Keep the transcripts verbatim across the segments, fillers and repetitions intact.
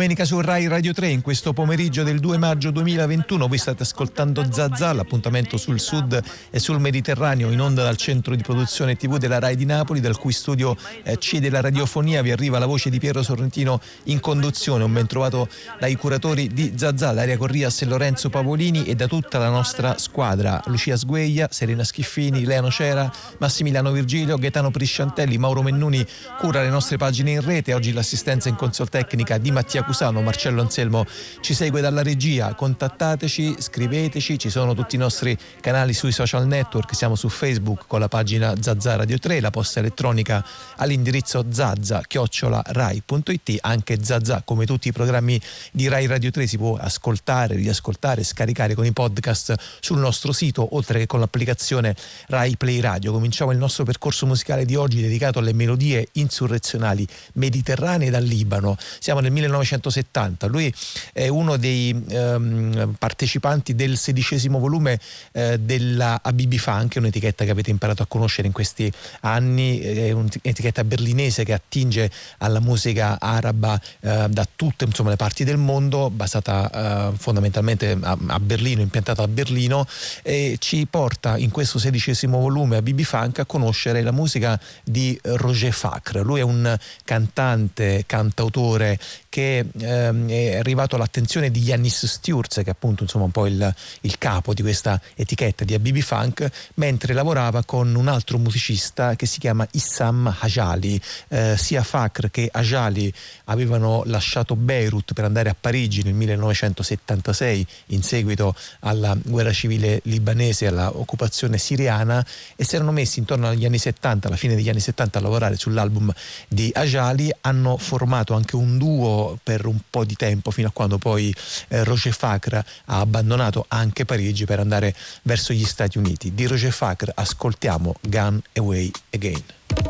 domenica su Rai Radio tre. In questo pomeriggio del due maggio duemilaventuno voi state ascoltando Zazà, l'appuntamento sul sud e sul Mediterraneo, in onda dal centro di produzione tivù della Rai di Napoli, dal cui studio eh, C della radiofonia vi arriva la voce di Piero Sorrentino in conduzione. Un ben trovato dai curatori di Zazà, Daria Corrias e Lorenzo Pavolini, e da tutta la nostra squadra: Lucia Sgueglia, Serena Schiffini, Leano Cera, Massimiliano Virgilio, Gaetano Prisciantelli, Mauro Mennuni cura le nostre pagine in rete. Oggi l'assistenza in console tecnica di Mattia Cusano, Marcello Anselmo ci segue dalla regia. Contattateci, scriveteci, ci sono tutti i nostri canali sui social network, siamo su Facebook con la pagina Zazà Radio tre, la posta elettronica all'indirizzo zazza chiocciola rai punto it. Anche Zazà, come tutti i programmi di Rai Radio tre, si può ascoltare, riascoltare, scaricare con i podcast sul nostro sito, oltre che con l'applicazione Rai Play Radio. Cominciamo il nostro percorso musicale di oggi dedicato alle melodie insurrezionali mediterranee dal Libano. Siamo nel millenovecentosettanta, lui è uno dei ehm, partecipanti del sedicesimo volume eh, della Habibi Funk, un'etichetta che avete imparato a conoscere in questi anni, è un'etichetta berlinese che attinge alla musica araba eh, da tutte, insomma, le parti del mondo, basata eh, fondamentalmente a, a Berlino, impiantata a Berlino, e ci porta in questo sedicesimo volume Habibi Funk a conoscere la musica di Roger Fakr. Lui è un cantante, cantautore che ehm, è arrivato all'attenzione di Yannis Stürz, che è appunto, insomma, un po' il, il capo di questa etichetta di Habibi Funk, mentre lavorava con un altro musicista che si chiama Issam Hajali. Eh, sia Fakr che Hajali avevano lasciato Beirut per andare a Parigi nel millenovecentosettantasei in seguito alla guerra civile libanese e all'occupazione siriana, e si erano messi intorno agli anni settanta, alla fine degli anni settanta, a lavorare sull'album di Hajali. Hanno formato anche un duo per un po' di tempo, fino a quando poi eh, Roger Fakr ha abbandonato anche Parigi per andare verso gli Stati Uniti. Di Roger Fakr ascoltiamo Gone Away Again.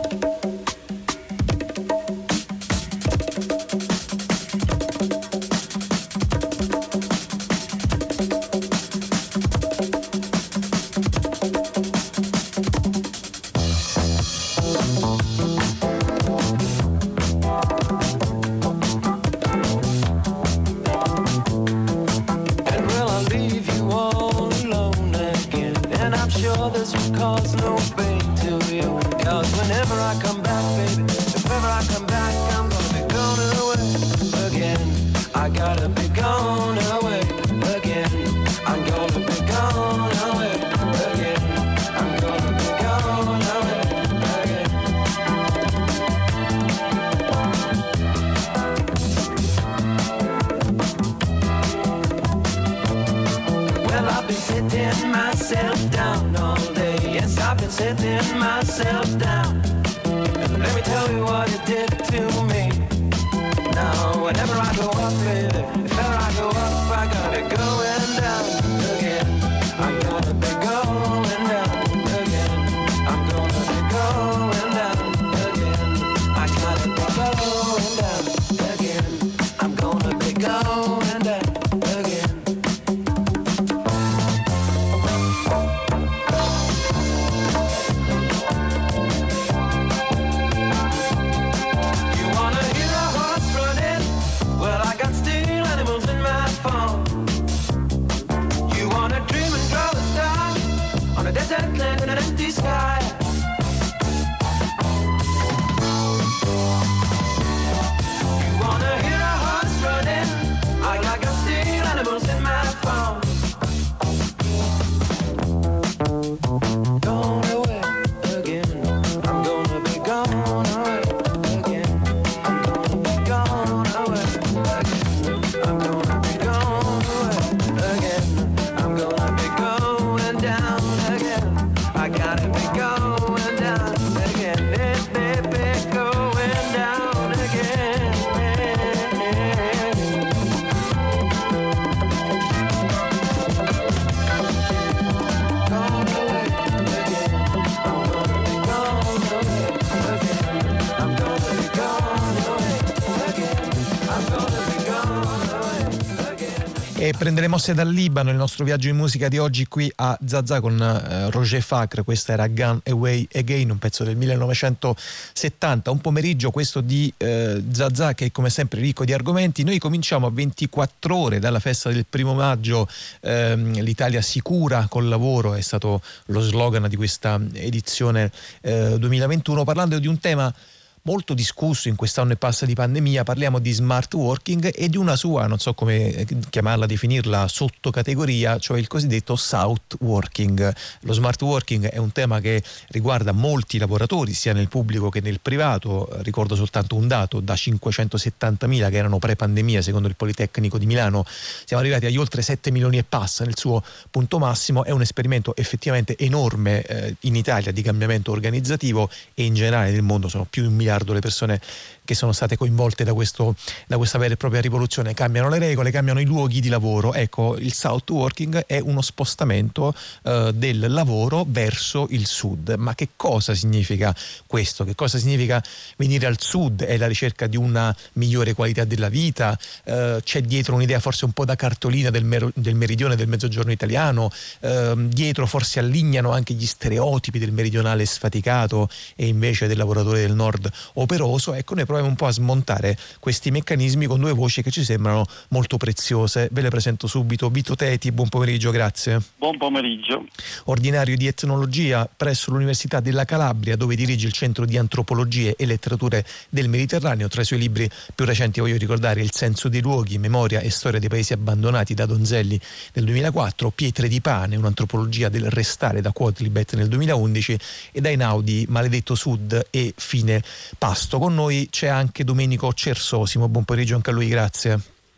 Sitting myself down, and let me tell you what it did to me. Now, whenever I go up, baby, if ever I go up, I gotta be going down again. I'm gonna be going down again. I'm gonna be going down again. I gotta be going down again. I'm gonna be going down again. E prendere mosse dal Libano, il nostro viaggio in musica di oggi qui a Zazà con uh, Roger Facre. Questa era Gone Away Again, un pezzo del millenovecentosettanta, un pomeriggio questo di uh, Zazà che è come sempre ricco di argomenti. Noi cominciamo a ventiquattro ore dalla festa del primo maggio, ehm, l'Italia sicura col lavoro è stato lo slogan di questa edizione eh, duemilaventuno, parlando di un tema molto discusso in quest'anno e passa di pandemia. Parliamo di smart working e di una sua, non so come chiamarla, definirla, sottocategoria, cioè il cosiddetto south working. Lo smart working è un tema che riguarda molti lavoratori, sia nel pubblico che nel privato. Ricordo soltanto un dato: da cinquecentosettantamila che erano pre-pandemia, secondo il Politecnico di Milano, siamo arrivati agli oltre sette milioni e passa nel suo punto massimo. È un esperimento effettivamente enorme eh, in Italia di cambiamento organizzativo, e in generale nel mondo sono più di un miliardo le persone che sono state coinvolte da, questo, da questa vera e propria rivoluzione. Cambiano le regole, cambiano i luoghi di lavoro. Ecco, il south working è uno spostamento eh, del lavoro verso il sud. Ma che cosa significa questo? Che cosa significa venire al sud? È la ricerca di una migliore qualità della vita? Eh, c'è dietro un'idea forse un po' da cartolina del, mer- del meridione, del mezzogiorno italiano? Eh, dietro forse allignano anche gli stereotipi del meridionale sfaticato e invece del lavoratore del nord operoso. Ecco, noi proviamo un po' a smontare questi meccanismi con due voci che ci sembrano molto preziose. Ve le presento subito. Vito Teti, buon pomeriggio, grazie. Buon pomeriggio. Ordinario di etnologia presso l'Università della Calabria, dove dirige il Centro di Antropologie e Letterature del Mediterraneo. Tra i suoi libri più recenti voglio ricordare Il senso dei luoghi, memoria e storia dei paesi abbandonati da Donzelli nel duemilaquattro, Pietre di pane, un'antropologia del restare da Quodlibet nel duemilaundici, e da Einaudi, Maledetto Sud e Fine Pasto. Con noi c'è anche Domenico Cersosimo, buon pomeriggio anche a lui, grazie.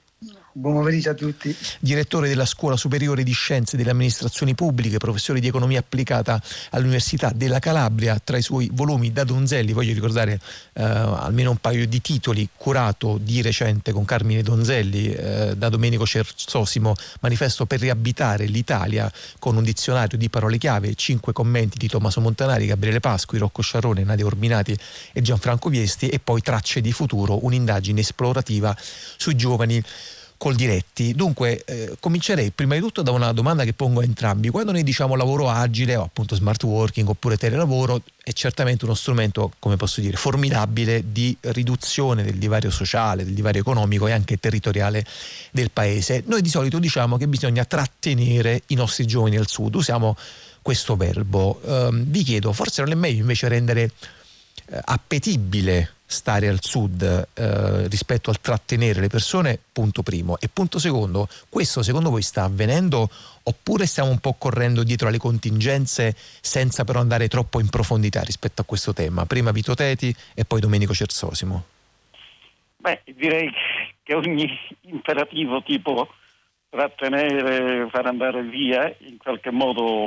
Buon pomeriggio a tutti. Direttore della Scuola Superiore di Scienze delle Amministrazioni Pubbliche, professore di Economia Applicata all'Università della Calabria. Tra i suoi volumi da Donzelli voglio ricordare eh, almeno un paio di titoli: curato di recente con Carmine Donzelli eh, da Domenico Cersosimo, Manifesto per riabitare l'Italia, con un dizionario di parole chiave, cinque commenti di Tommaso Montanari, Gabriele Pasqui, Rocco Sciarrone, Nadia Orbinati e Gianfranco Viesti, e poi Tracce di futuro, un'indagine esplorativa sui giovani Coldiretti. Dunque eh, comincerei prima di tutto da una domanda che pongo a entrambi. Quando noi diciamo lavoro agile o appunto smart working oppure telelavoro, è certamente uno strumento, come posso dire, formidabile di riduzione del divario sociale, del divario economico e anche territoriale del paese. Noi di solito diciamo che bisogna trattenere i nostri giovani al sud, usiamo questo verbo. Um, vi chiedo, forse non è meglio invece rendere eh, appetibile stare al sud eh, rispetto al trattenere le persone, punto primo. E punto secondo, questo secondo voi sta avvenendo oppure stiamo un po' correndo dietro alle contingenze senza però andare troppo in profondità rispetto a questo tema? Prima Vito Teti e poi Domenico Cersosimo. Beh, direi che ogni imperativo tipo trattenere, far andare via, in qualche modo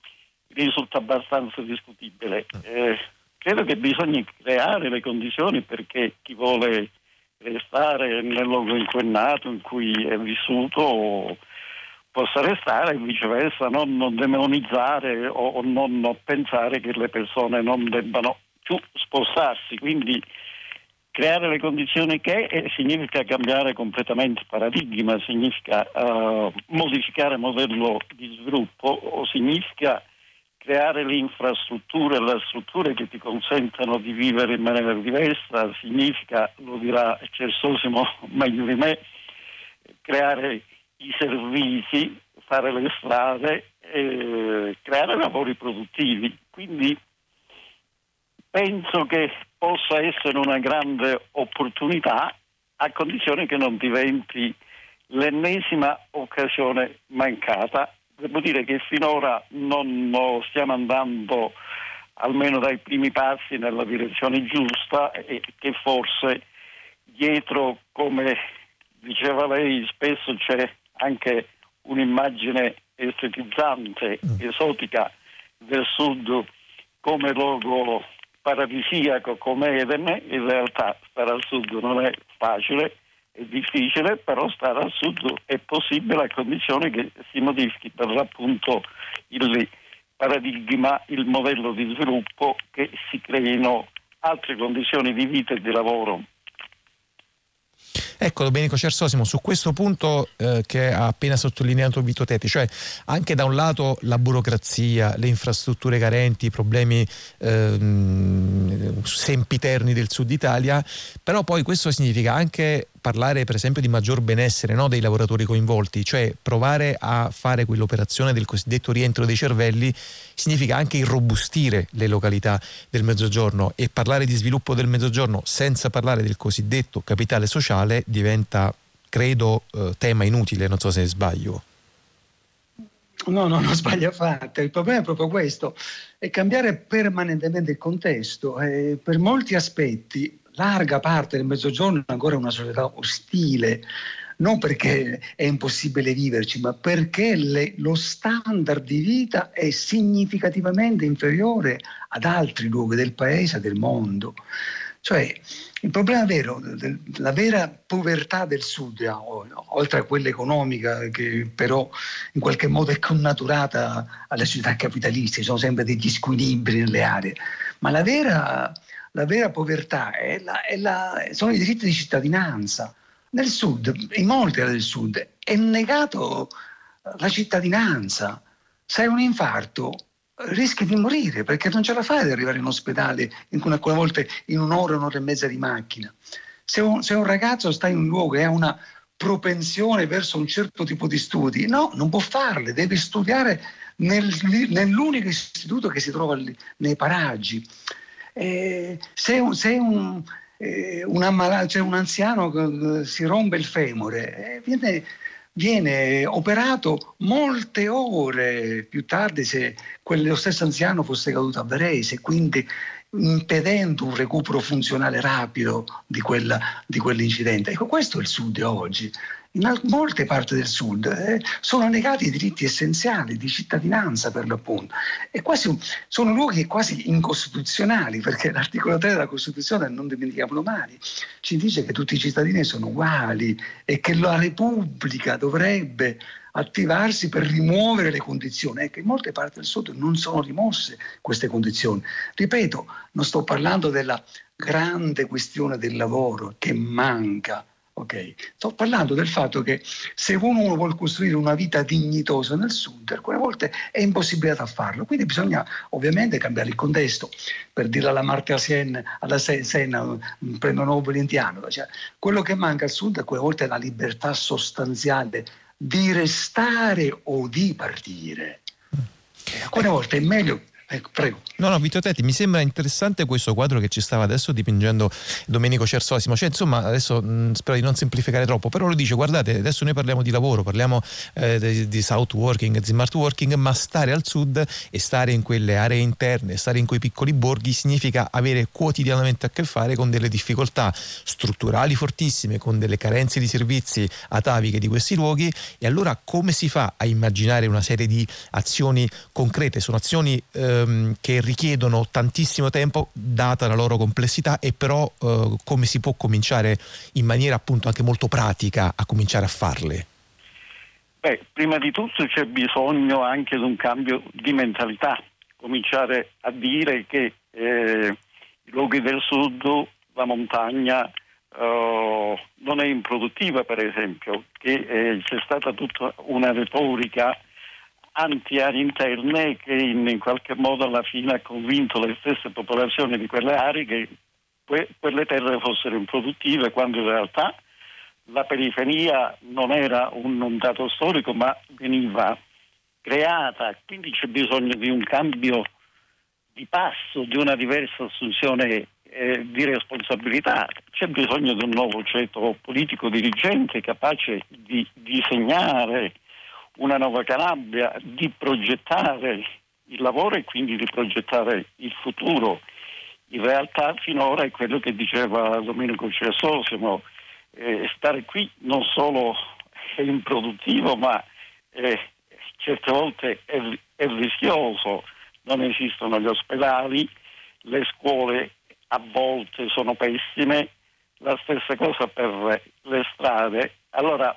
risulta abbastanza discutibile. Eh, Credo che bisogna creare le condizioni perché chi vuole restare nel luogo in cui è nato, in cui è vissuto, possa restare, e viceversa non, non demonizzare o, o non, non pensare che le persone non debbano più spostarsi. Quindi creare le condizioni che eh, significa cambiare completamente il paradigma, significa uh, modificare il modello di sviluppo, o significa creare le infrastrutture, le strutture che ti consentano di vivere in maniera diversa, significa, lo dirà Cersosimo meglio di me, creare i servizi, fare le strade, eh, creare lavori produttivi. Quindi penso che possa essere una grande opportunità, a condizione che non diventi l'ennesima occasione mancata. Devo dire che finora non stiamo andando, almeno dai primi passi, nella direzione giusta, e che forse dietro, come diceva lei, spesso c'è anche un'immagine estetizzante, esotica del sud come luogo paradisiaco, come Eden. In realtà stare al sud non è facile, è difficile, però stare al sud è possibile a condizione che si modifichi per l'appunto il paradigma, il modello di sviluppo, che si creino altre condizioni di vita e di lavoro. Ecco, Domenico Cersosimo, su questo punto eh, che ha appena sottolineato Vito Tetti, cioè anche da un lato la burocrazia, le infrastrutture carenti, i problemi ehm, sempiterni del sud Italia, però poi questo significa anche parlare per esempio di maggior benessere, no, dei lavoratori coinvolti, cioè provare a fare quell'operazione del cosiddetto rientro dei cervelli significa anche irrobustire le località del Mezzogiorno, e parlare di sviluppo del Mezzogiorno senza parlare del cosiddetto capitale sociale diventa, credo, eh, tema inutile, non so se sbaglio. No, no, non sbaglia affatto. Il problema è proprio questo, è cambiare permanentemente il contesto. E per molti aspetti, larga parte del Mezzogiorno è ancora una società ostile, non perché è impossibile viverci, ma perché le, lo standard di vita è significativamente inferiore ad altri luoghi del paese e del mondo. Cioè, il problema vero, la vera povertà del sud, oltre a quella economica che però in qualche modo è connaturata alle società capitaliste, ci sono sempre degli squilibri nelle aree, ma la vera, la vera povertà è la, è la, sono i diritti di cittadinanza. Nel sud, in molte aree del sud, è negato la cittadinanza. Se hai un infarto rischi di morire perché non ce la fai ad arrivare in ospedale in alcune volte in un'ora, un'ora e mezza di macchina. Se un, se un ragazzo sta in un luogo e ha una propensione verso un certo tipo di studi, no, non può farle, deve studiare nel, nell'unico istituto che si trova lì, nei paraggi. Eh, se un, se un, eh, un, ammala- cioè un anziano che si rompe il femore, eh, viene... viene operato molte ore più tardi se quello stesso anziano fosse caduto a Varese, quindi impedendo un recupero funzionale rapido di, quella, di quell'incidente. Ecco, questo è il sud oggi. In al- molte parti del sud eh, sono negati i diritti essenziali di cittadinanza, per l'appunto, e quasi sono luoghi quasi incostituzionali, perché l'articolo tre della Costituzione, non dimentichiamolo mai, ci dice che tutti i cittadini sono uguali e che la Repubblica dovrebbe attivarsi per rimuovere le condizioni. Ecco, in molte parti del sud non sono rimosse queste condizioni. Ripeto, non sto parlando della grande questione del lavoro che manca. Okay. Sto parlando del fatto che se uno vuole costruire una vita dignitosa nel sud, alcune volte è impossibilitato a farlo, quindi bisogna ovviamente cambiare il contesto. Per dire alla Amartya Sen, alla Senna, prendo nuovo volentiano, cioè, quello che manca al sud alcune volte è la libertà sostanziale di restare o di partire. E alcune volte è meglio. Ecco, prego. No, no, Vito Tetti, mi sembra interessante questo quadro che ci stava adesso dipingendo Domenico Cersosimo, cioè insomma adesso mh, spero di non semplificare troppo, però lo dice, guardate, adesso noi parliamo di lavoro, parliamo eh, di, di south working, di smart working, ma stare al sud e stare in quelle aree interne, stare in quei piccoli borghi significa avere quotidianamente a che fare con delle difficoltà strutturali fortissime, con delle carenze di servizi ataviche di questi luoghi, e allora come si fa a immaginare una serie di azioni concrete? Sono azioni eh, che richiedono tantissimo tempo data la loro complessità, e però eh, come si può cominciare in maniera appunto anche molto pratica a cominciare a farle? Beh, prima di tutto c'è bisogno anche di un cambio di mentalità, cominciare a dire che eh, i luoghi del sud, la montagna eh, non è improduttiva, per esempio, che eh, c'è stata tutta una retorica anti-aree interne che in, in qualche modo alla fine ha convinto le stesse popolazioni di quelle aree che que- quelle terre fossero improduttive, quando in realtà la periferia non era un, un dato storico, ma veniva creata. Quindi c'è bisogno di un cambio di passo, di una diversa assunzione eh, di responsabilità. C'è bisogno di un nuovo ceto politico dirigente capace di disegnare una nuova Calabria, di progettare il lavoro e quindi di progettare il futuro. In realtà finora è quello che diceva Domenico Cersosimo, eh, stare qui non solo è improduttivo, ma eh, certe volte è, è rischioso, non esistono gli ospedali, le scuole a volte sono pessime, la stessa cosa per le strade. Allora,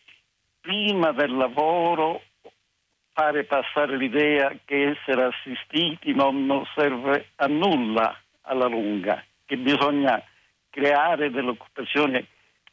prima del lavoro fare passare l'idea che essere assistiti non, non serve a nulla alla lunga, che bisogna creare delle occupazioni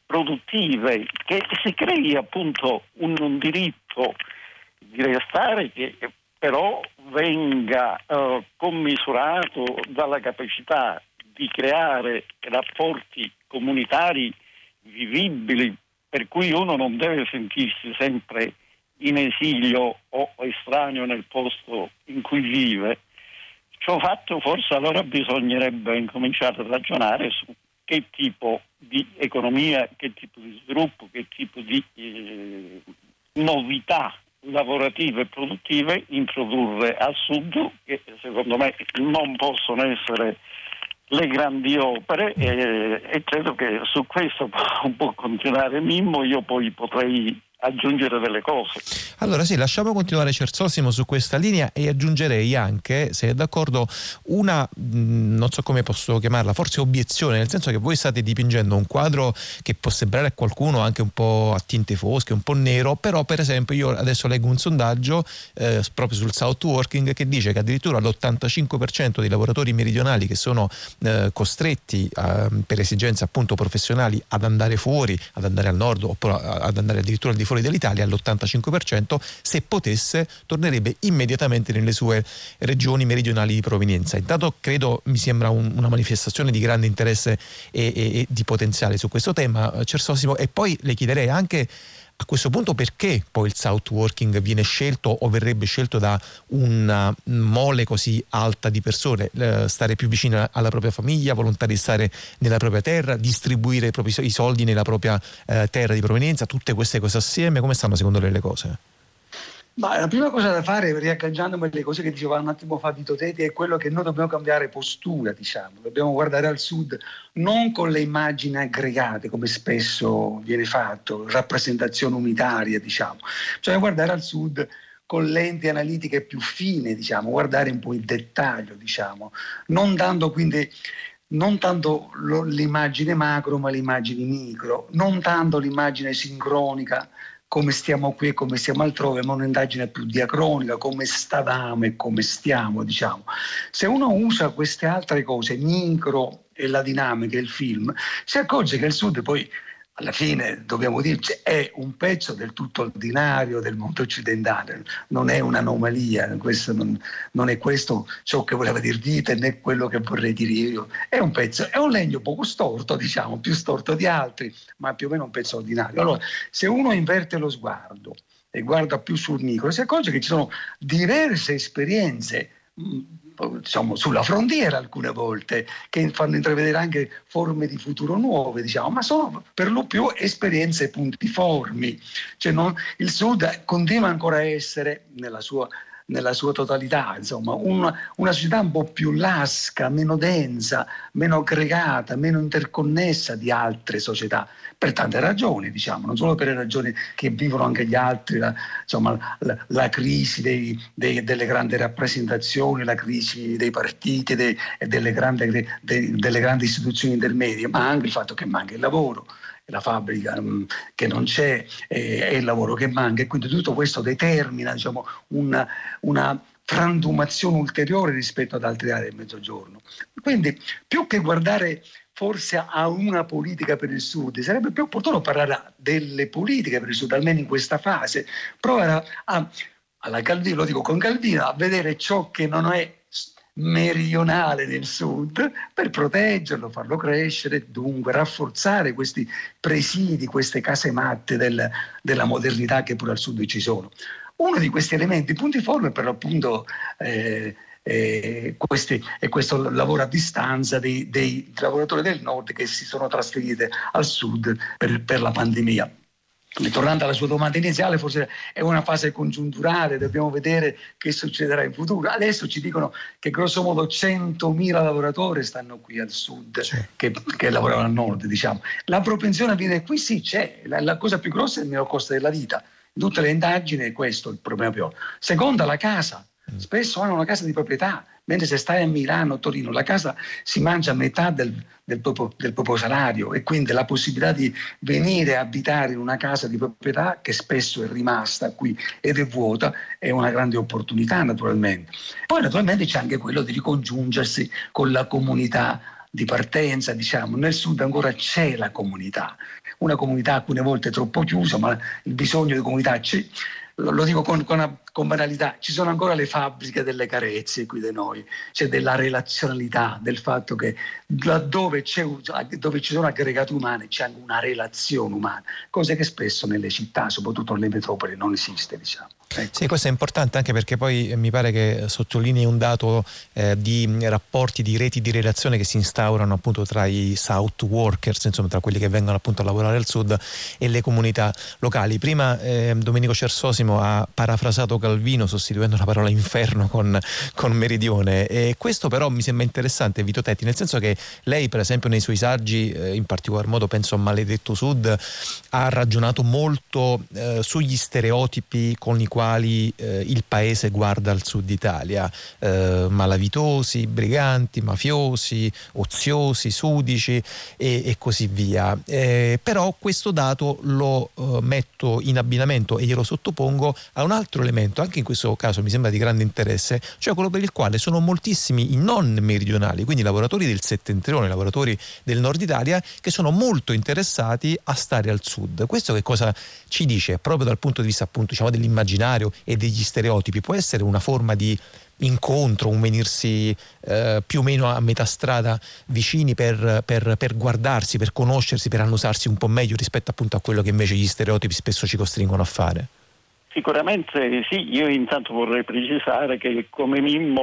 produttive, che si crei appunto un, un diritto di restare che però venga eh, commisurato dalla capacità di creare rapporti comunitari vivibili, per cui uno non deve sentirsi sempre in esilio o estraneo nel posto in cui vive. Ciò fatto, forse allora bisognerebbe incominciare a ragionare su che tipo di economia, che tipo di sviluppo, che tipo di eh, novità lavorative e produttive introdurre al sud, che secondo me non possono essere le grandi opere, e, e credo che su questo può continuare Mimmo, io poi potrei aggiungere delle cose. Allora sì, lasciamo continuare Cersosimo su questa linea e aggiungerei anche, se è d'accordo, una, mh, non so come posso chiamarla, forse obiezione, nel senso che voi state dipingendo un quadro che può sembrare a qualcuno anche un po' a tinte fosche, un po' nero, però per esempio io adesso leggo un sondaggio eh, proprio sul South Working che dice che addirittura l'ottantacinque per cento dei lavoratori meridionali che sono eh, costretti eh, per esigenze appunto professionali ad andare fuori, ad andare al nord oppure ad andare addirittura al di fuori dell'Italia, all'ottantacinque per cento, se potesse tornerebbe immediatamente nelle sue regioni meridionali di provenienza. Intanto credo mi sembra un, una manifestazione di grande interesse e, e, e di potenziale su questo tema, Cersosimo, e poi le chiederei anche a questo punto perché poi il South Working viene scelto o verrebbe scelto da una mole così alta di persone, eh, stare più vicino alla propria famiglia, volontari di stare nella propria terra, distribuire i propri i soldi nella propria eh, terra di provenienza, tutte queste cose assieme, come stanno secondo lei le cose? Ma la prima cosa da fare, riagganciandomi alle cose che diceva un attimo fa Vito Teti, è quello che noi dobbiamo cambiare postura, diciamo. Dobbiamo guardare al sud non con le immagini aggregate, come spesso viene fatto, rappresentazione unitaria, diciamo. Cioè guardare al sud con lenti analitiche più fine, diciamo, guardare un po' il dettaglio, diciamo, non dando quindi non tanto lo, l'immagine macro, ma l'immagine micro, non tanto l'immagine sincronica, come stiamo qui e come stiamo altrove, ma un'indagine più diacronica, come stavamo e come stiamo, diciamo. Se uno usa queste altre cose, micro e la dinamica del film, si accorge che il Sud poi, alla fine, dobbiamo dirci, è un pezzo del tutto ordinario del mondo occidentale, non è un'anomalia, questo non, non è questo ciò che voleva dire Dieter, né quello che vorrei dire io, è un pezzo, è un legno poco storto, diciamo, più storto di altri, ma più o meno un pezzo ordinario. Allora, se uno inverte lo sguardo e guarda più sul micro, si accorge che ci sono diverse esperienze, diciamo, sulla frontiera alcune volte, che fanno intravedere anche forme di futuro nuove, diciamo, ma sono per lo più esperienze puntiformi. Cioè non, il Sud continua ancora a essere nella sua, nella sua totalità, insomma, una, una società un po' più lasca, meno densa, meno aggregata, meno interconnessa di altre società, per tante ragioni, diciamo, non solo per le ragioni che vivono anche gli altri, la, insomma, la, la crisi dei, dei, delle grandi rappresentazioni, la crisi dei partiti dei, e delle grandi, dei, delle grandi istituzioni intermedie, ma anche il fatto che manca il lavoro, la fabbrica mh, che non c'è, e, e il lavoro che manca, e quindi tutto questo determina, diciamo, una, una frantumazione ulteriore rispetto ad altre aree del Mezzogiorno. Quindi più che guardare forse a una politica per il Sud, sarebbe più opportuno parlare delle politiche per il Sud, almeno in questa fase, provare a, alla Calvino, lo dico con Calvino, a vedere ciò che non è meridionale nel Sud per proteggerlo, farlo crescere, dunque rafforzare questi presidi, queste casematte del, della modernità che pure al Sud ci sono. Uno di questi elementi puntiformi è per l'appunto eh, eh, questi, è questo lavoro a distanza dei, dei lavoratori del Nord che si sono trasferiti al Sud per, per la pandemia. Tornando alla sua domanda iniziale, forse è una fase congiunturale, dobbiamo vedere che succederà in futuro. Adesso ci dicono che grosso modo centomila lavoratori stanno qui al Sud, sì, che, che lavorano al Nord, diciamo. La propensione a venire qui sì c'è, la, la cosa più grossa è il meno costo della vita. In tutte le indagini è questo il problema più. Seconda, la casa. Spesso hanno una casa di proprietà, mentre se stai a Milano o Torino la casa si mangia a metà del, del, proprio, del proprio salario, e quindi la possibilità di venire a abitare in una casa di proprietà che spesso è rimasta qui ed è vuota è una grande opportunità, naturalmente. Poi naturalmente c'è anche quello di ricongiungersi con la comunità di partenza, diciamo. Nel sud ancora c'è la comunità, una comunità alcune volte troppo chiusa, ma il bisogno di comunità c'è. Lo dico con, con, con banalità, ci sono ancora le fabbriche delle carezze qui da noi, c'è della relazionalità, del fatto che laddove c'è, dove ci sono aggregati umani c'è anche una relazione umana, cose che spesso nelle città, soprattutto nelle metropoli, non esiste, diciamo. Ecco. Sì, questo è importante anche perché poi mi pare che sottolinei un dato eh, di rapporti, di reti di relazione che si instaurano appunto tra i South Workers, insomma tra quelli che vengono appunto a lavorare al sud e le comunità locali. Prima eh, Domenico Cersosimo ha parafrasato Calvino sostituendo la parola inferno con, con meridione, e questo però mi sembra interessante, Vito Tetti, nel senso che lei per esempio nei suoi saggi, eh, in particolar modo penso a Maledetto Sud, ha ragionato molto eh, sugli stereotipi con i quali Eh, il paese guarda al sud Italia, eh, malavitosi, briganti, mafiosi, oziosi, sudici e, e così via. Eh, però questo dato lo eh, metto in abbinamento e glielo sottopongo a un altro elemento, anche in questo caso mi sembra di grande interesse, cioè quello per il quale sono moltissimi i non meridionali, quindi lavoratori del settentrione, lavoratori del nord Italia, che sono molto interessati a stare al sud. Questo che cosa ci dice proprio dal punto di vista appunto diciamo dell'immaginario e degli stereotipi? Può essere una forma di incontro, un venirsi eh, più o meno a metà strada vicini per, per, per guardarsi, per conoscersi, per annusarsi un po' meglio rispetto appunto a quello che invece gli stereotipi spesso ci costringono a fare? Sicuramente sì, io intanto vorrei precisare che come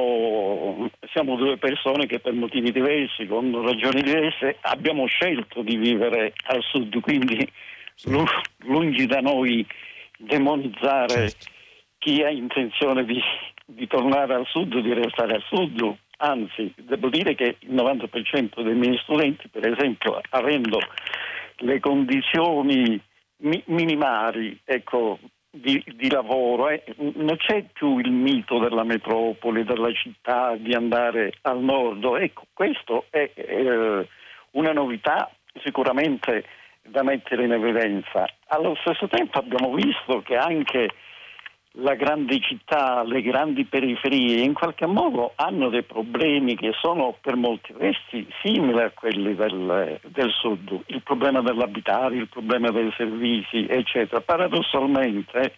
Mimmo siamo due persone che per motivi diversi, con ragioni diverse, abbiamo scelto di vivere al sud, quindi sì. Lungi da noi demonizzare certo. chi ha intenzione di, di tornare al sud, di restare al sud. Anzi, devo dire che il novanta per cento dei miei studenti, per esempio, avendo le condizioni mi- minimali, ecco, di, di lavoro, eh, non c'è più il mito della metropoli, della città, di andare al nord. Ecco, questo è eh, una novità sicuramente da mettere in evidenza. Allo stesso tempo abbiamo visto che anche la grande città, le grandi periferie in qualche modo hanno dei problemi che sono per molti versi simili a quelli del, del sud, il problema dell'abitare, il problema dei servizi eccetera. Paradossalmente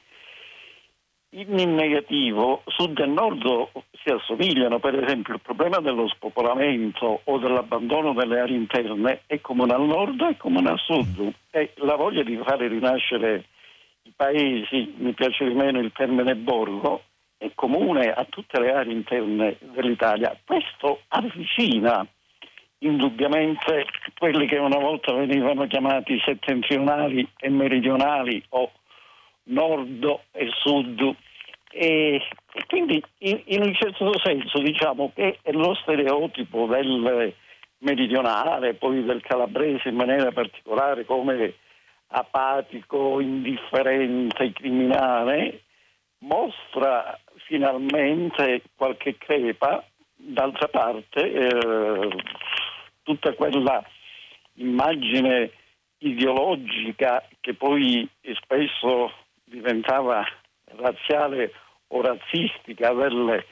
in negativo sud e nord si assomigliano, per esempio il problema dello spopolamento o dell'abbandono delle aree interne è comune al nord e comune al sud, e la voglia di fare rinascere i paesi, mi piace di meno il termine borgo, è comune a tutte le aree interne dell'Italia. Questo avvicina indubbiamente quelli che una volta venivano chiamati settentrionali e meridionali o nord e sud, e, e quindi in, in un certo senso diciamo che è lo stereotipo del meridionale, poi del calabrese in maniera particolare, come apatico, indifferente, criminale, mostra finalmente qualche crepa. D'altra parte eh, tutta quella immagine ideologica che poi spesso diventava razziale o razzistica del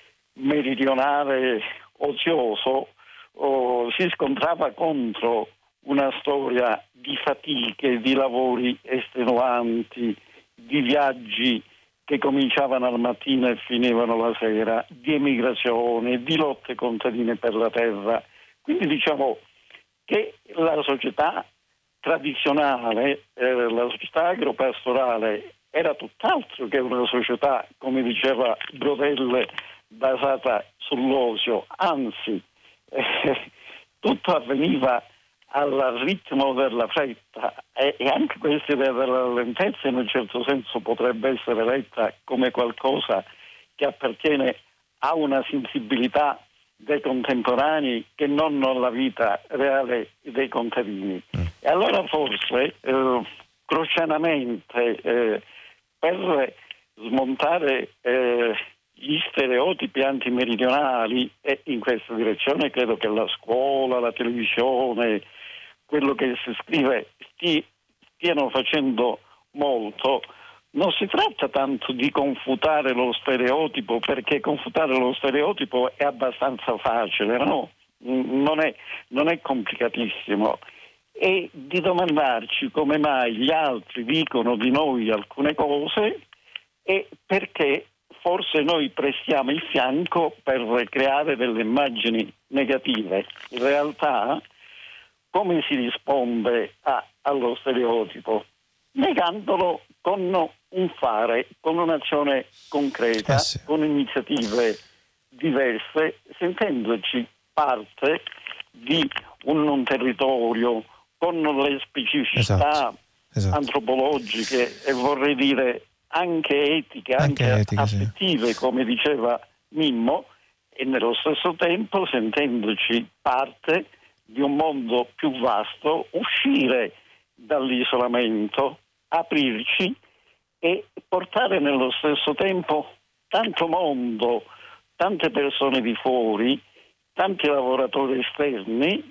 meridionale ozioso oh, si scontrava contro una storia di fatiche, di lavori estenuanti, di viaggi che cominciavano al mattino e finivano la sera, di emigrazione, di lotte contadine per la terra. Quindi diciamo che la società tradizionale, eh, la società agropastorale era tutt'altro che una società, come diceva Brodelle, basata sull'osio, anzi eh, tutto avveniva al ritmo della fretta, e, e anche questa idea della lentezza in un certo senso potrebbe essere letta come qualcosa che appartiene a una sensibilità dei contemporanei che non alla vita reale dei contadini. E allora forse eh, crocianamente eh, per smontare eh, gli stereotipi antimeridionali, e in questa direzione credo che la scuola, la televisione, quello che si scrive stia, stiano facendo molto. Non si tratta tanto di confutare lo stereotipo, perché confutare lo stereotipo è abbastanza facile, no? non è, non è complicatissimo, e di domandarci come mai gli altri dicono di noi alcune cose e perché forse noi prestiamo il fianco per creare delle immagini negative. In realtà come si risponde a, allo stereotipo? Negandolo con un fare, con un'azione concreta, eh sì. con iniziative diverse, sentendoci parte di un, un territorio con le specificità esatto. Esatto. antropologiche e vorrei dire anche etiche, anche, anche etica, affettive, sì. come diceva Mimmo, e nello stesso tempo sentendoci parte di un mondo più vasto, uscire dall'isolamento, aprirci e portare nello stesso tempo tanto mondo, tante persone di fuori, tanti lavoratori esterni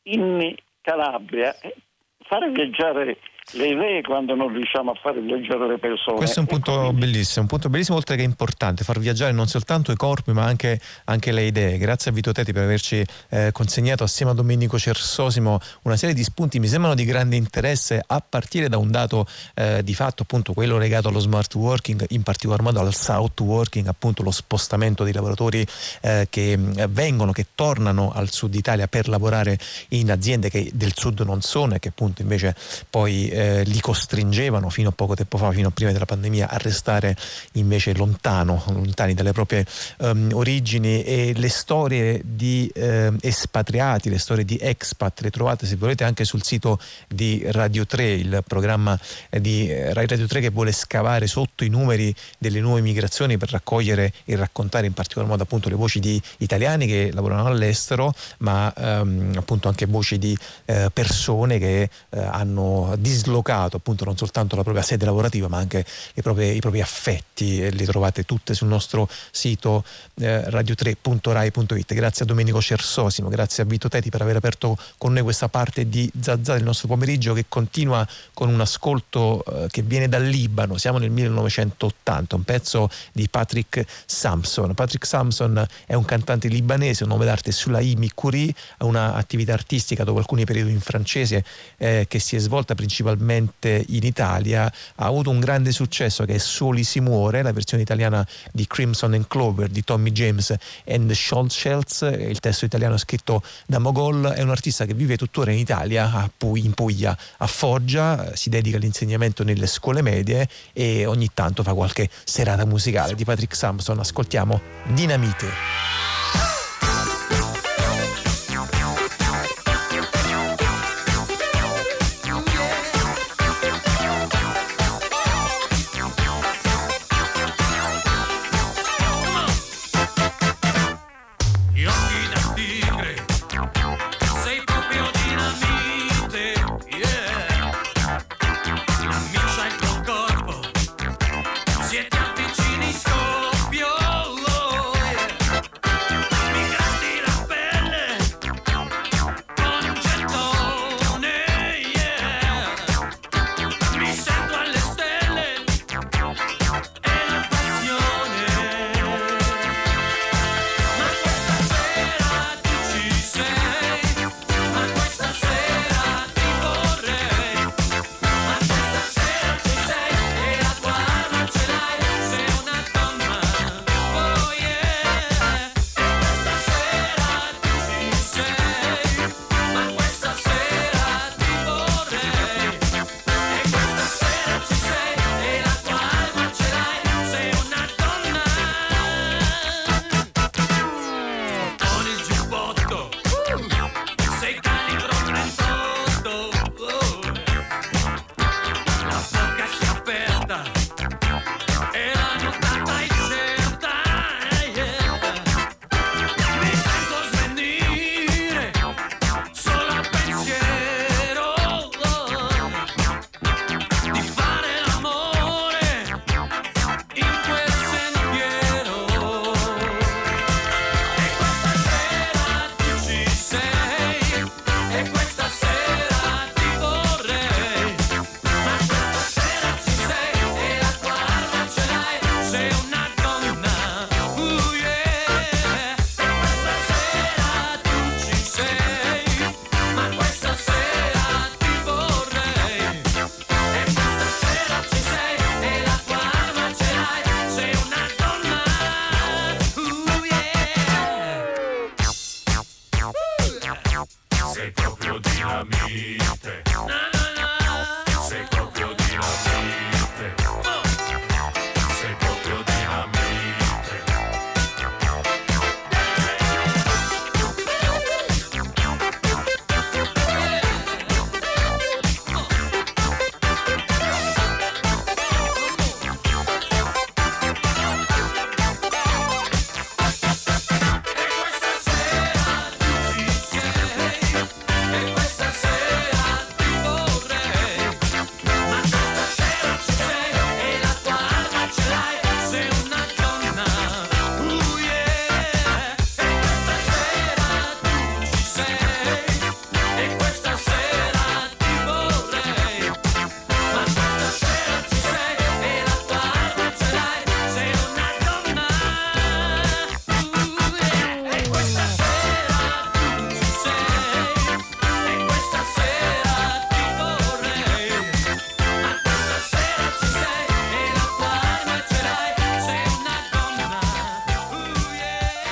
in Calabria, fare viaggiare le idee quando non riusciamo a fare viaggiare le persone. Questo è un punto quindi... bellissimo, un punto bellissimo, oltre che importante, far viaggiare non soltanto i corpi ma anche, anche le idee. Grazie a Vito Teti per averci eh, consegnato assieme a Domenico Cersosimo una serie di spunti, mi sembrano di grande interesse, a partire da un dato eh, di fatto, appunto quello legato allo smart working, in particolar modo al south working, appunto lo spostamento dei lavoratori eh, che vengono, che tornano al sud Italia per lavorare in aziende che del sud non sono e che appunto invece poi Eh, li costringevano fino a poco tempo fa, fino a prima della pandemia, a restare invece lontano, lontani dalle proprie um, origini. E le storie di eh, espatriati, le storie di expat le trovate, se volete, anche sul sito di Radio tre, il programma di Rai Radio tre che vuole scavare sotto i numeri delle nuove migrazioni per raccogliere e raccontare in particolar modo appunto le voci di italiani che lavorano all'estero, ma um, appunto anche voci di eh, persone che eh, hanno dislocato appunto non soltanto la propria sede lavorativa ma anche le proprie, i propri affetti. Le trovate tutte sul nostro sito eh, radio tre punto rai punto it. Grazie a Domenico Cersosimo, grazie a Vito Teti per aver aperto con noi questa parte di Zazà del nostro pomeriggio, che continua con un ascolto eh, che viene dal Libano. Siamo nel millenovecentottanta, un pezzo di Patrick Sampson. Patrick Sampson è un cantante libanese, un nome d'arte Sulaimi Khoury, ha un'attività artistica dopo alcuni periodi in francese eh, che si è svolta principalmente in Italia. Ha avuto un grande successo che è Soli si muore, la versione italiana di Crimson and Clover di Tommy James and the Shellshells. Il testo italiano è scritto da Mogol. È un artista che vive tuttora in Italia, a Puglia, in Puglia, a Foggia, si dedica all'insegnamento nelle scuole medie e ogni tanto fa qualche serata musicale. Di Patrick Sampson ascoltiamo Dinamite. Siete vicini, scoppio, oh, yeah.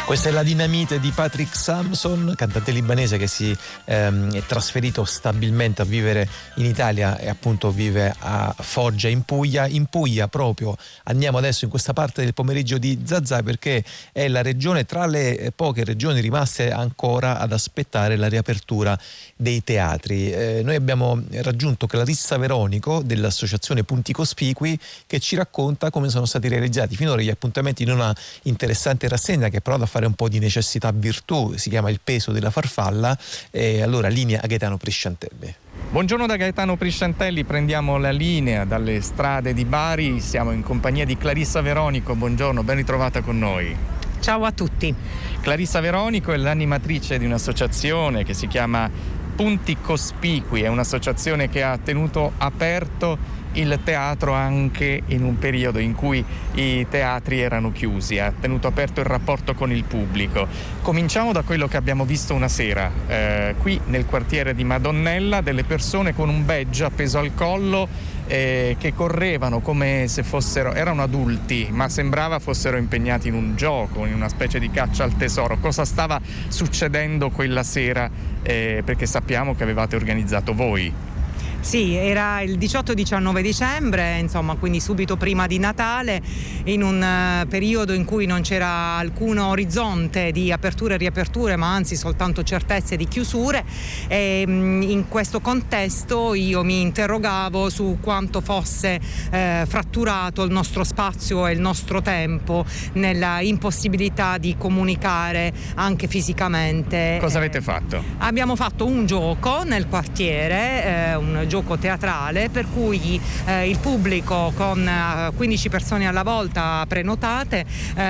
Questa è la Dinamite di Patrick Samson, cantante libanese che si ehm, è trasferito stabilmente a vivere in Italia e appunto vive a Foggia in Puglia. In Puglia proprio andiamo adesso in questa parte del pomeriggio di Zazà, perché è la regione tra le poche regioni rimaste ancora ad aspettare la riapertura dei teatri. Eh, noi abbiamo raggiunto Clarissa Veronico dell'associazione Punti Cospicui, che ci racconta come sono stati realizzati finora gli appuntamenti in una interessante rassegna che però da fare un po' di necessità virtù, si chiama Il peso della farfalla. E allora linea a Gaetano Prisciantelli. Buongiorno da Gaetano Prisciantelli, prendiamo la linea dalle strade di Bari, siamo in compagnia di Clarissa Veronico. Buongiorno, ben ritrovata con noi. Ciao a tutti. Clarissa Veronico è l'animatrice di un'associazione che si chiama Punti Cospicui, è un'associazione che ha tenuto aperto il teatro anche in un periodo in cui i teatri erano chiusi, ha tenuto aperto il rapporto con il pubblico. Cominciamo da quello che abbiamo visto una sera, eh, qui nel quartiere di Madonnella, delle persone con un badge appeso al collo eh, che correvano come se fossero, erano adulti, ma sembrava fossero impegnati in un gioco, in una specie di caccia al tesoro. Cosa stava succedendo quella sera? Eh, perché sappiamo che avevate organizzato voi. Sì, era il diciotto diciannove dicembre, insomma, quindi subito prima di Natale, in un uh, periodo in cui non c'era alcun orizzonte di aperture e riaperture, ma anzi soltanto certezze di chiusure. E um, in questo contesto io mi interrogavo su quanto fosse eh, fratturato il nostro spazio e il nostro tempo nella impossibilità di comunicare anche fisicamente. Cosa avete fatto? Abbiamo fatto un gioco nel quartiere, eh, un gioco teatrale per cui eh, il pubblico con eh, quindici persone alla volta prenotate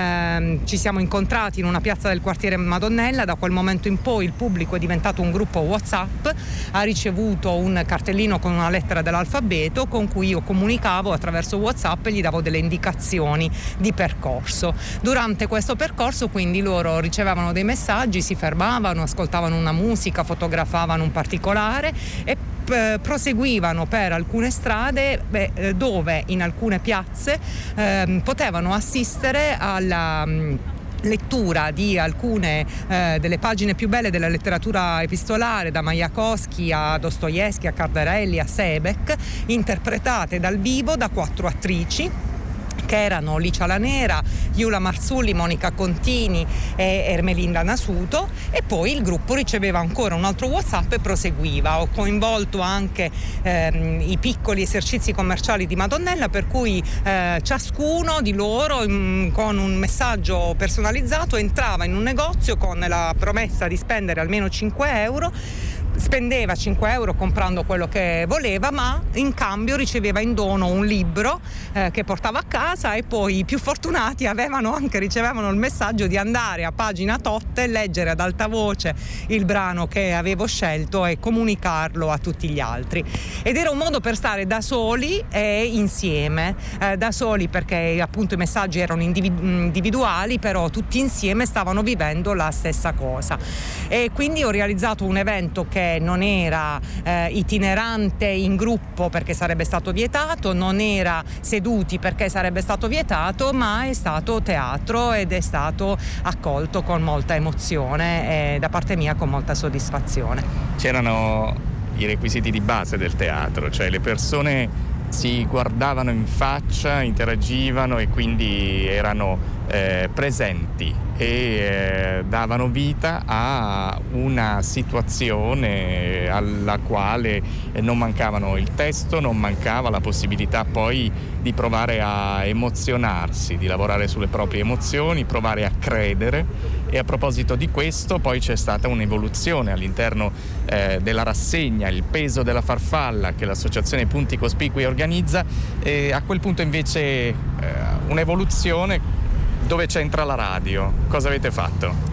eh, ci siamo incontrati in una piazza del quartiere Madonnella. Da quel momento in poi il pubblico è diventato un gruppo WhatsApp, ha ricevuto un cartellino con una lettera dell'alfabeto con cui io comunicavo attraverso WhatsApp e gli davo delle indicazioni di percorso. Durante questo percorso quindi loro ricevevano dei messaggi, si fermavano, ascoltavano una musica, fotografavano un particolare e proseguivano per alcune strade beh, dove in alcune piazze eh, potevano assistere alla mh, lettura di alcune eh, delle pagine più belle della letteratura epistolare, da Majakovskij a Dostoevskij a Cardarelli a Sebeck, interpretate dal vivo da quattro attrici che erano Licia La Nera, Iula Marzulli, Monica Contini e Ermelinda Nasuto, e poi il gruppo riceveva ancora un altro WhatsApp e proseguiva. Ho coinvolto anche ehm, i piccoli esercizi commerciali di Madonnella, per cui eh, ciascuno di loro mh, con un messaggio personalizzato entrava in un negozio con la promessa di spendere almeno cinque euro, spendeva cinque euro comprando quello che voleva, ma in cambio riceveva in dono un libro eh, che portava a casa, e poi i più fortunati avevano anche ricevevano il messaggio di andare a pagina tot e leggere ad alta voce il brano che avevo scelto e comunicarlo a tutti gli altri. Ed era un modo per stare da soli e insieme, eh, da soli perché appunto i messaggi erano individu- individuali, però tutti insieme stavano vivendo la stessa cosa. E quindi ho realizzato un evento che non era eh, itinerante in gruppo perché sarebbe stato vietato, non era seduti perché sarebbe stato vietato, ma è stato teatro ed è stato accolto con molta emozione e da parte mia con molta soddisfazione. C'erano i requisiti di base del teatro, cioè le persone si guardavano in faccia, interagivano e quindi erano eh, presenti e eh, davano vita a una situazione alla quale non mancavano il testo, non mancava la possibilità poi di provare a emozionarsi, di lavorare sulle proprie emozioni, provare a credere. E a proposito di questo poi c'è stata un'evoluzione all'interno eh, della rassegna Il peso della farfalla che l'associazione Punti Cospicui organizza, e a quel punto invece eh, un'evoluzione dove c'entra la radio. Cosa avete fatto?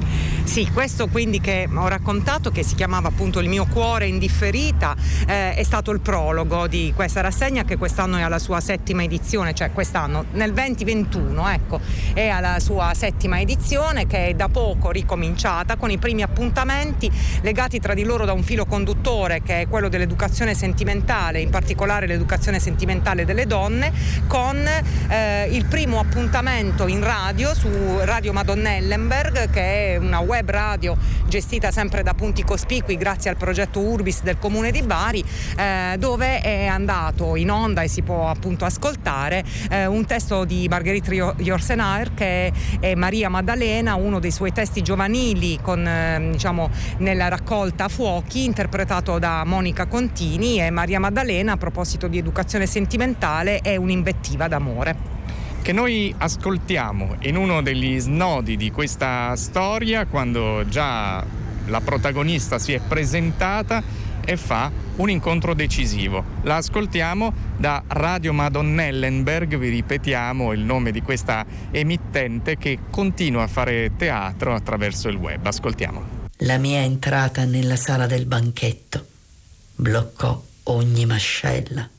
Sì, questo quindi che ho raccontato, che si chiamava appunto Il mio cuore indifferita, eh, è stato il prologo di questa rassegna che quest'anno è alla sua settima edizione, cioè quest'anno nel venti ventuno, ecco, è alla sua settima edizione, che è da poco ricominciata con i primi appuntamenti legati tra di loro da un filo conduttore che è quello dell'educazione sentimentale, in particolare l'educazione sentimentale delle donne, con eh, il primo appuntamento in radio su Radio Madonnellenberg, che è una web radio gestita sempre da Punti Cospicui grazie al progetto Urbis del Comune di Bari, eh, dove è andato in onda e si può appunto ascoltare eh, un testo di Marguerite Yourcenar, che è Maria Maddalena, uno dei suoi testi giovanili con eh, diciamo nella raccolta Fuochi, interpretato da Monica Contini. E Maria Maddalena, a proposito di educazione sentimentale, è un'invettiva d'amore che noi ascoltiamo in uno degli snodi di questa storia, quando già la protagonista si è presentata e fa un incontro decisivo. La ascoltiamo da Radio Madonnellenberg, vi ripetiamo il nome di questa emittente che continua a fare teatro attraverso il web. Ascoltiamo. La mia entrata nella sala del banchetto bloccò ogni mascella.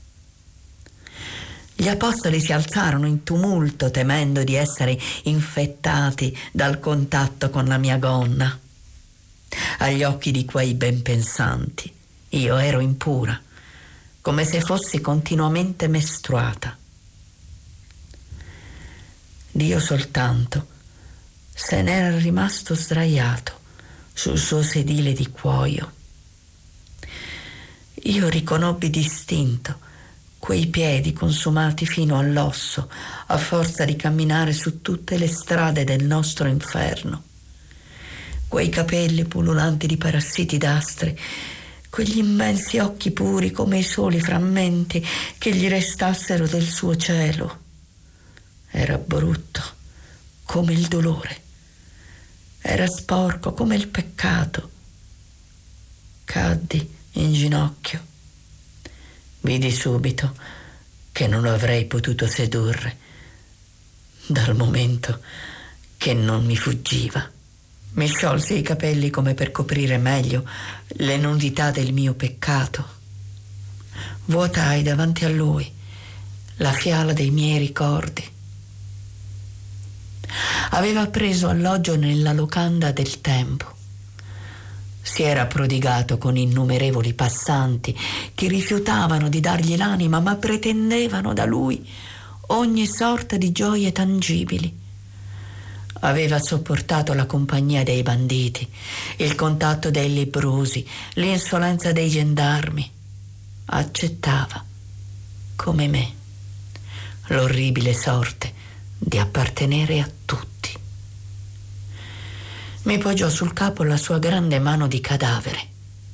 Gli apostoli si alzarono in tumulto, temendo di essere infettati dal contatto con la mia gonna. Agli occhi di quei ben pensanti io ero impura, come se fossi continuamente mestruata. Dio soltanto se n'era rimasto sdraiato sul suo sedile di cuoio. Io riconobbi distinto quei piedi consumati fino all'osso a forza di camminare su tutte le strade del nostro inferno, quei capelli pullulanti di parassiti d'astre, quegli immensi occhi puri come i soli frammenti che gli restassero del suo cielo. Era brutto come il dolore, era sporco come il peccato. Caddi in ginocchio. Vidi subito che non lo avrei potuto sedurre, dal momento che non mi fuggiva. Mi sciolsi i capelli come per coprire meglio le nudità del mio peccato. Vuotai davanti a lui la fiala dei miei ricordi. Aveva preso alloggio nella locanda del tempo. Si era prodigato con innumerevoli passanti che rifiutavano di dargli l'anima, ma pretendevano da lui ogni sorta di gioie tangibili. Aveva sopportato la compagnia dei banditi, il contatto dei lebbrosi, l'insolenza dei gendarmi. Accettava, come me, l'orribile sorte di appartenere a tutti. Mi poggiò sul capo la sua grande mano di cadavere.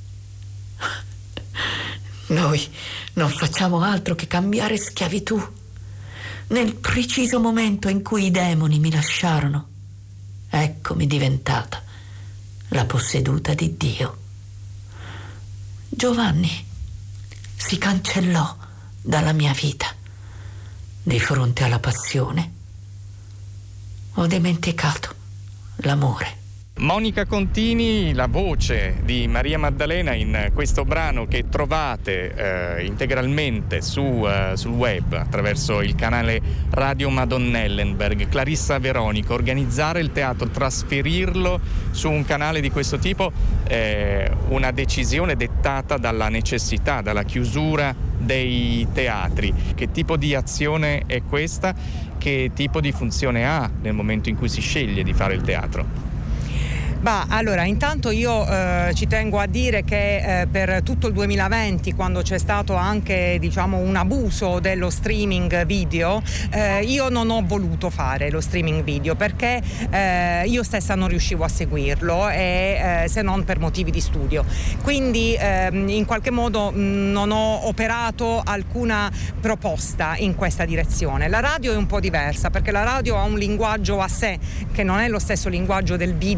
Noi non facciamo altro che cambiare schiavitù. Nel preciso momento in cui i demoni mi lasciarono, eccomi diventata la posseduta di Dio. Giovanni si cancellò dalla mia vita. Di fronte alla passione ho dimenticato l'amore. Monica Contini, la voce di Maria Maddalena in questo brano che trovate eh, integralmente su, eh, sul web attraverso il canale Radio Madonnellenberg. Clarissa Veronica, organizzare il teatro, trasferirlo su un canale di questo tipo è una decisione dettata dalla necessità, dalla chiusura dei teatri. Che tipo di azione è questa? Che tipo di funzione ha nel momento in cui si sceglie di fare il teatro? Bah, allora, intanto io eh, ci tengo a dire che eh, per tutto il duemilaventi, quando c'è stato anche diciamo un abuso dello streaming video, eh, io non ho voluto fare lo streaming video perché eh, io stessa non riuscivo a seguirlo, e, eh, se non per motivi di studio. Quindi eh, in qualche modo mh, non ho operato alcuna proposta in questa direzione. La radio è un po' diversa perché la radio ha un linguaggio a sé che non è lo stesso linguaggio del video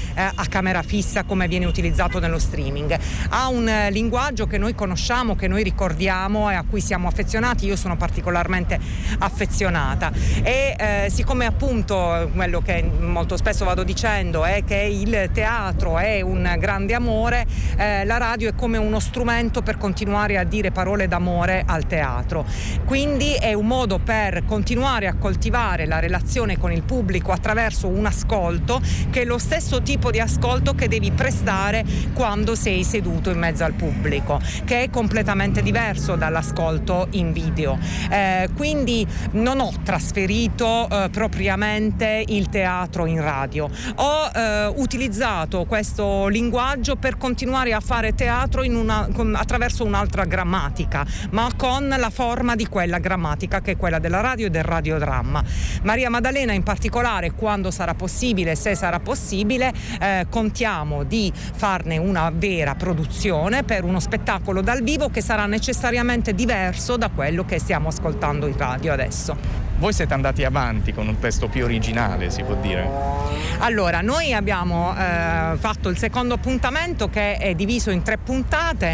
eh, a camera fissa come viene utilizzato nello streaming. Ha un eh, linguaggio che noi conosciamo, che noi ricordiamo e a cui siamo affezionati. Io sono particolarmente affezionata e eh, siccome appunto quello che molto spesso vado dicendo è che il teatro è un grande amore, eh, la radio è come uno strumento per continuare a dire parole d'amore al teatro, quindi è un modo per continuare a coltivare la relazione con il pubblico attraverso un ascolto che è lo stesso tipo di ascolto che devi prestare quando sei seduto in mezzo al pubblico, che è completamente diverso dall'ascolto in video. Eh, quindi non ho trasferito eh, propriamente il teatro in radio, ho eh, utilizzato questo linguaggio per continuare a fare teatro in una, con, attraverso un'altra grammatica, ma con la forma di quella grammatica che è quella della radio e del radiodramma. Maria Maddalena in particolare, quando sarà possibile, se sarà possibile, eh, contiamo di farne una vera produzione per uno spettacolo dal vivo che sarà necessariamente diverso da quello che stiamo ascoltando in radio adesso. Voi siete andati avanti con un testo più originale, si può dire? Allora, noi abbiamo eh, fatto il secondo appuntamento che è diviso in tre puntate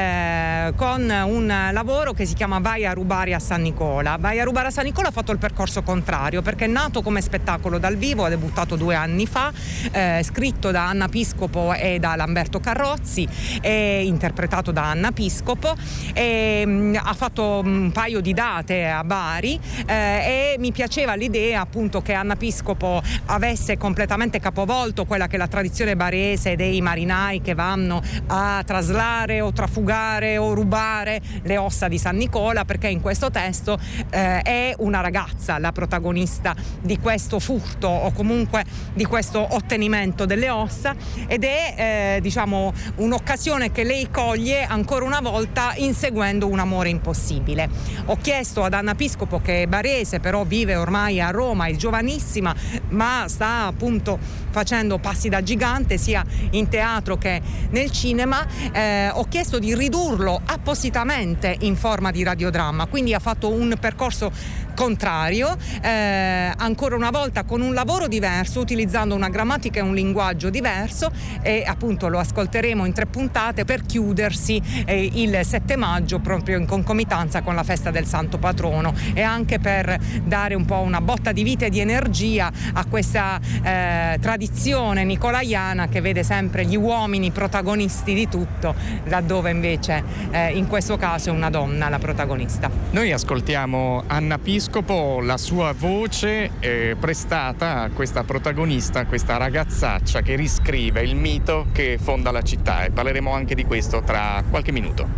eh, con un lavoro che si chiama Vai a rubare a San Nicola. Vai a rubare a San Nicola ha fatto il percorso contrario perché è nato come spettacolo dal vivo, ha debuttato due anni fa, eh, scritto da Anna Piscopo e da Lamberto Carrozzi e interpretato da Anna Piscopo e, mh, ha fatto un paio di date a Bari eh, e mi piaceva l'idea appunto che Anna Piscopo avesse completamente capovolto quella che è la tradizione barese dei marinai che vanno a traslare o trafugare o rubare le ossa di San Nicola, perché in questo testo eh, è una ragazza la protagonista di questo furto o comunque di questo ottenimento delle ossa ed è eh, diciamo un'occasione che lei coglie ancora una volta inseguendo un amore impossibile. Ho chiesto ad Anna Piscopo, che è barese però vive ormai a Roma, è giovanissima ma sta appunto facendo passi da gigante sia in teatro che nel cinema, eh, ho chiesto di ridurlo appositamente in forma di radiodramma, quindi ha fatto un percorso contrario, eh, ancora una volta con un lavoro diverso, utilizzando una grammatica e un linguaggio diverso e appunto lo ascolteremo in tre puntate per chiudersi eh, il sette maggio proprio in concomitanza con la festa del Santo Patrono e anche per dare un po' una botta di vita e di energia a questa eh, tradizione nicolaiana che vede sempre gli uomini protagonisti di tutto, laddove invece eh, in questo caso è una donna la protagonista. Noi ascoltiamo Anna Piscopo, la sua voce eh, prestata a questa protagonista, questa ragazzaccia che riscrive il mito che fonda la città, e parleremo anche di questo tra qualche minuto.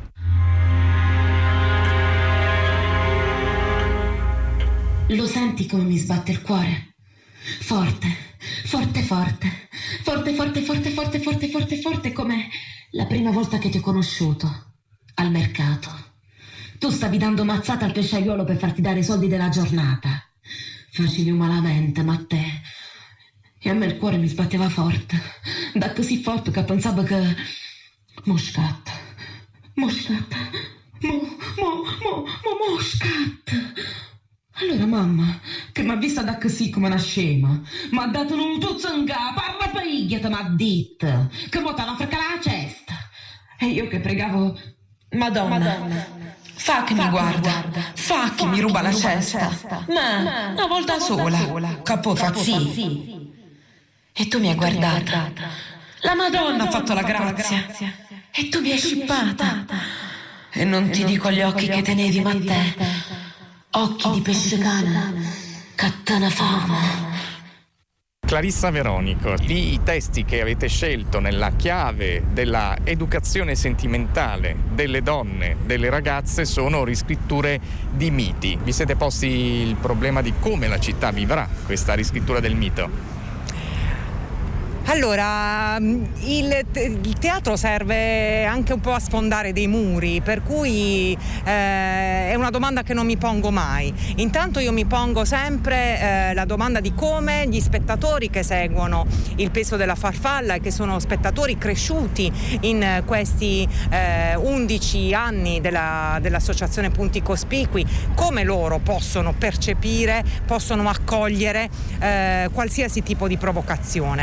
Lo senti come mi sbatte il cuore? Forte, forte, forte, forte, forte, forte, forte, forte, forte, forte, come la prima volta che ti ho conosciuto, al mercato. Tu stavi dando mazzata al pesciaiolo per farti dare i soldi della giornata. Facevi umanamente, ma a te... E a me il cuore mi sbatteva forte, da così forte che pensavo che... Mo scatta, mo scatta, mo, mo, mo, mo, mo scatta. Allora mamma, che mi ha vista da così come una scema, mi ha dato un tuzzo in capo, a rapiglia mi ha detto, che mo t'hanno freccata la cesta. E io che pregavo, Madonna, Madonna fa che fa mi guarda, guarda, fa che fa mi ruba che la mi cesta, cesta. Ma, ma una volta sola, sola. Capo fa sì. E tu mi hai guardata. guardata. La Madonna, Madonna ha fatto la grazia. la grazia. E tu mi hai scippata. E non ti e dico non gli occhi che tenevi, ma te... Occhi di pesce cane, cattana fama. Clarissa Veronico, i testi che avete scelto nella chiave della educazione sentimentale delle donne, delle ragazze, sono riscritture di miti. Vi siete posti il problema di come la città vivrà questa riscrittura del mito? Allora, il, il teatro serve anche un po' a sfondare dei muri, per cui eh, è una domanda che non mi pongo mai. Intanto io mi pongo sempre eh, la domanda di come gli spettatori che seguono Il peso della farfalla e che sono spettatori cresciuti in questi eh, undici anni della, dell'Associazione Punti Cospicui, come loro possono percepire, possono accogliere eh, qualsiasi tipo di provocazione. E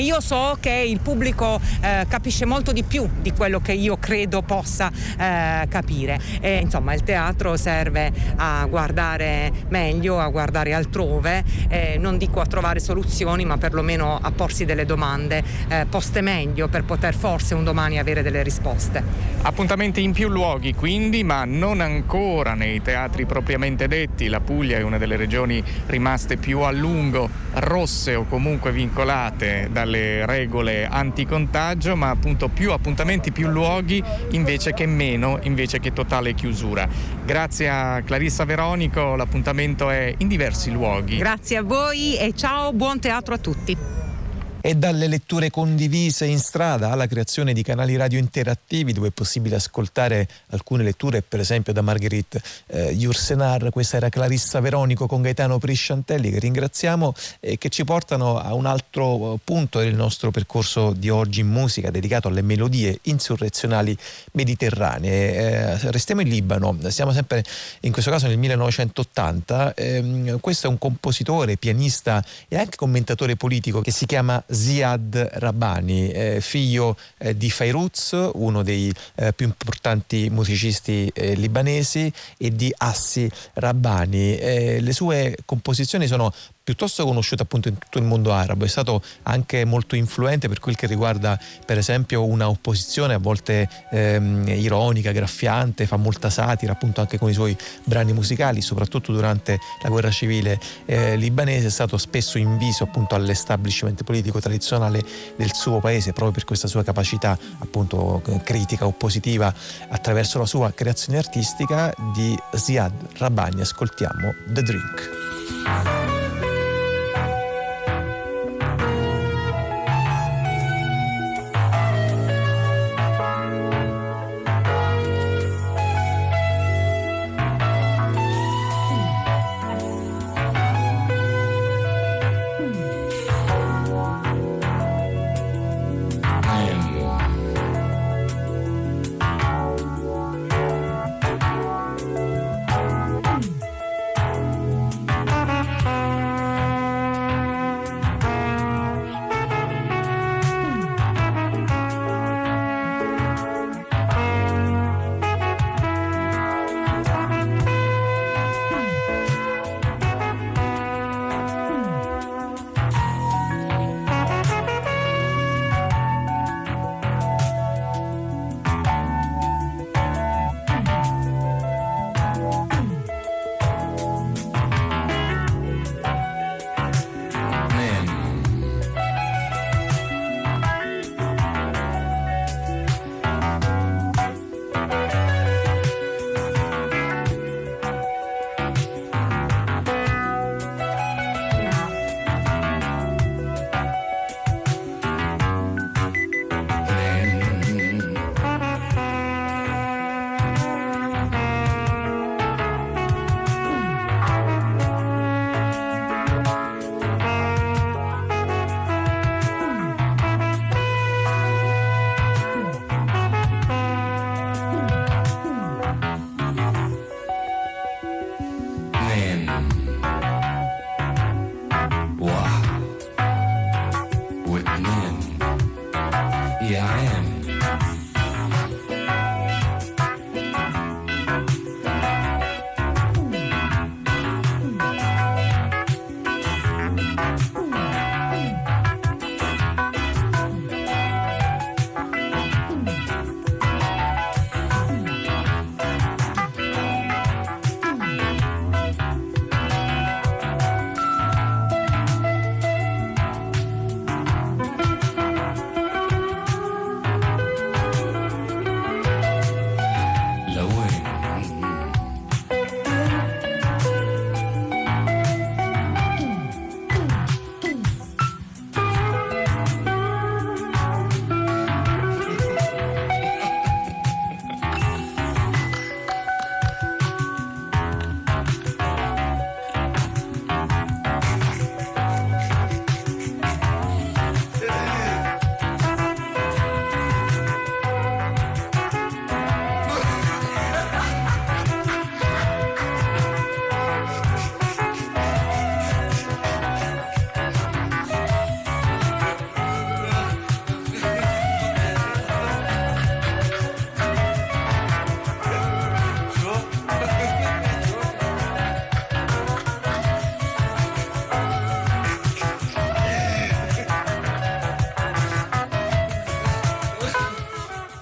io so che il pubblico eh, capisce molto di più di quello che io credo possa eh, capire. E, insomma, il teatro serve a guardare meglio, a guardare altrove, eh, non dico a trovare soluzioni, ma perlomeno a porsi delle domande eh, poste meglio per poter forse un domani avere delle risposte. Appuntamenti in più luoghi quindi, ma non ancora nei teatri propriamente detti. La Puglia è una delle regioni rimaste più a lungo rosse o comunque vincolate dalle regole anticontagio, ma appunto più appuntamenti, più luoghi invece che meno, invece che totale chiusura. Grazie a Clarissa Veronico, l'appuntamento è in diversi luoghi. Grazie a voi e ciao, buon teatro a tutti. E dalle letture condivise in strada alla creazione di canali radio interattivi dove è possibile ascoltare alcune letture, per esempio da Marguerite eh, Yourcenar. Questa era Clarissa Veronico con Gaetano Prisciantelli, che ringraziamo, e che ci portano a un altro punto del nostro percorso di oggi in musica, dedicato alle melodie insurrezionali mediterranee. Eh, restiamo in Libano, siamo sempre in questo caso nel millenovecentottanta. Eh, questo è un compositore, pianista e anche commentatore politico che si chiama Ziad Rabbani, eh, figlio eh, di Fairuz, uno dei eh, più importanti musicisti eh, libanesi, e di Assi Rabbani. Eh, le sue composizioni sono piuttosto conosciuto appunto in tutto il mondo arabo. È stato anche molto influente per quel che riguarda per esempio una opposizione a volte ehm, ironica, graffiante, fa molta satira appunto anche con i suoi brani musicali, soprattutto durante la guerra civile eh, libanese. È stato spesso inviso appunto all'establishment politico tradizionale del suo paese proprio per questa sua capacità appunto critica, oppositiva attraverso la sua creazione artistica. Di Ziad Rabbani ascoltiamo The Drink.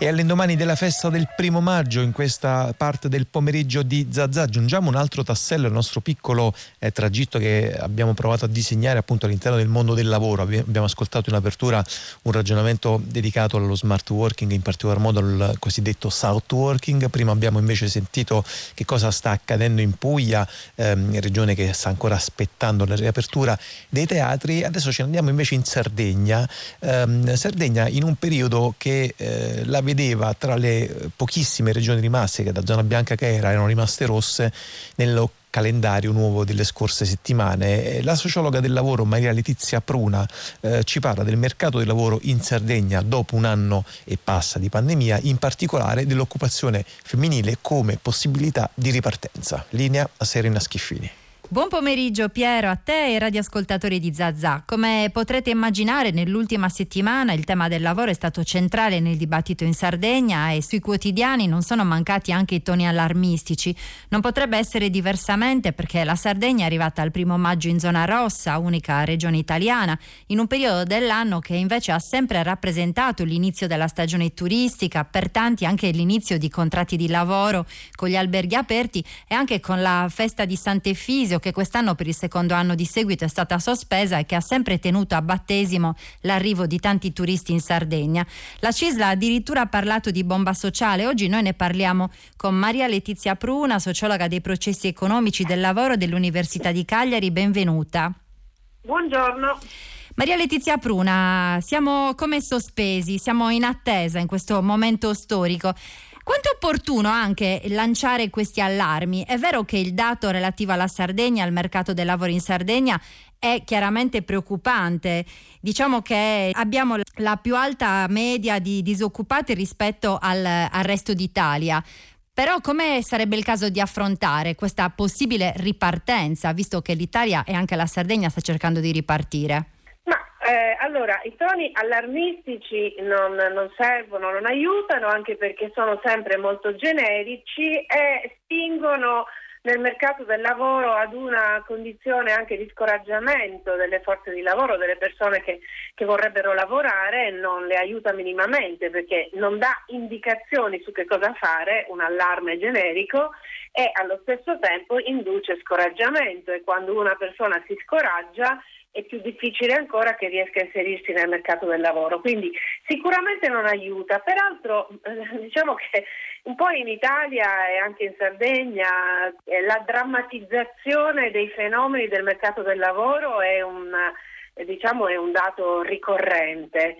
E all'indomani della festa del primo maggio, in questa parte del pomeriggio di Zazà, aggiungiamo un altro tassello al nostro piccolo eh, tragitto che abbiamo provato a disegnare appunto all'interno del mondo del lavoro. Abbiamo ascoltato in apertura un ragionamento dedicato allo smart working, in particolar modo al cosiddetto south working. Prima abbiamo invece sentito che cosa sta accadendo in Puglia, ehm, regione che sta ancora aspettando la riapertura dei teatri. Adesso ci andiamo invece in Sardegna, ehm, Sardegna in un periodo che eh, la vedeva tra le pochissime regioni rimaste, che da zona bianca che era erano rimaste rosse nel calendario nuovo delle scorse settimane. La sociologa del lavoro Maria Letizia Pruna eh, ci parla del mercato del lavoro in Sardegna dopo un anno e passa di pandemia, in particolare dell'occupazione femminile come possibilità di ripartenza. Linea a Serena Schiffini. Buon pomeriggio Piero, a te e ai radioascoltatori di Zazà. Come potrete immaginare, nell'ultima settimana il tema del lavoro è stato centrale nel dibattito in Sardegna e sui quotidiani non sono mancati anche i toni allarmistici. Non potrebbe essere diversamente, perché la Sardegna è arrivata al primo maggio in zona rossa, unica regione italiana, in un periodo dell'anno che invece ha sempre rappresentato l'inizio della stagione turistica, per tanti anche l'inizio di contratti di lavoro con gli alberghi aperti e anche con la festa di Sant'Efisio, che quest'anno per il secondo anno di seguito è stata sospesa e che ha sempre tenuto a battesimo l'arrivo di tanti turisti in Sardegna. La C I S L ha addirittura parlato di bomba sociale. Oggi noi ne parliamo con Maria Letizia Pruna, sociologa dei processi economici del lavoro dell'Università di Cagliari. Benvenuta. Buongiorno. Maria Letizia Pruna, siamo come sospesi, siamo in attesa in questo momento storico. Quanto è opportuno anche lanciare questi allarmi? È vero che il dato relativo alla Sardegna, al mercato del lavoro in Sardegna, è chiaramente preoccupante. Diciamo che abbiamo la più alta media di disoccupati rispetto al, al resto d'Italia. Però come sarebbe il caso di affrontare questa possibile ripartenza, visto che l'Italia e anche la Sardegna sta cercando di ripartire? Ma eh, allora i toni allarmistici non, non servono, non aiutano, anche perché sono sempre molto generici e spingono nel mercato del lavoro ad una condizione anche di scoraggiamento delle forze di lavoro, delle persone che, che vorrebbero lavorare, e non le aiuta minimamente, perché non dà indicazioni su che cosa fare, un allarme generico, e allo stesso tempo induce scoraggiamento, e quando una persona si scoraggia è più difficile ancora che riesca a inserirsi nel mercato del lavoro, quindi sicuramente non aiuta. Peraltro eh, diciamo che un po' in Italia e anche in Sardegna eh, la drammatizzazione dei fenomeni del mercato del lavoro è un diciamo è un dato ricorrente,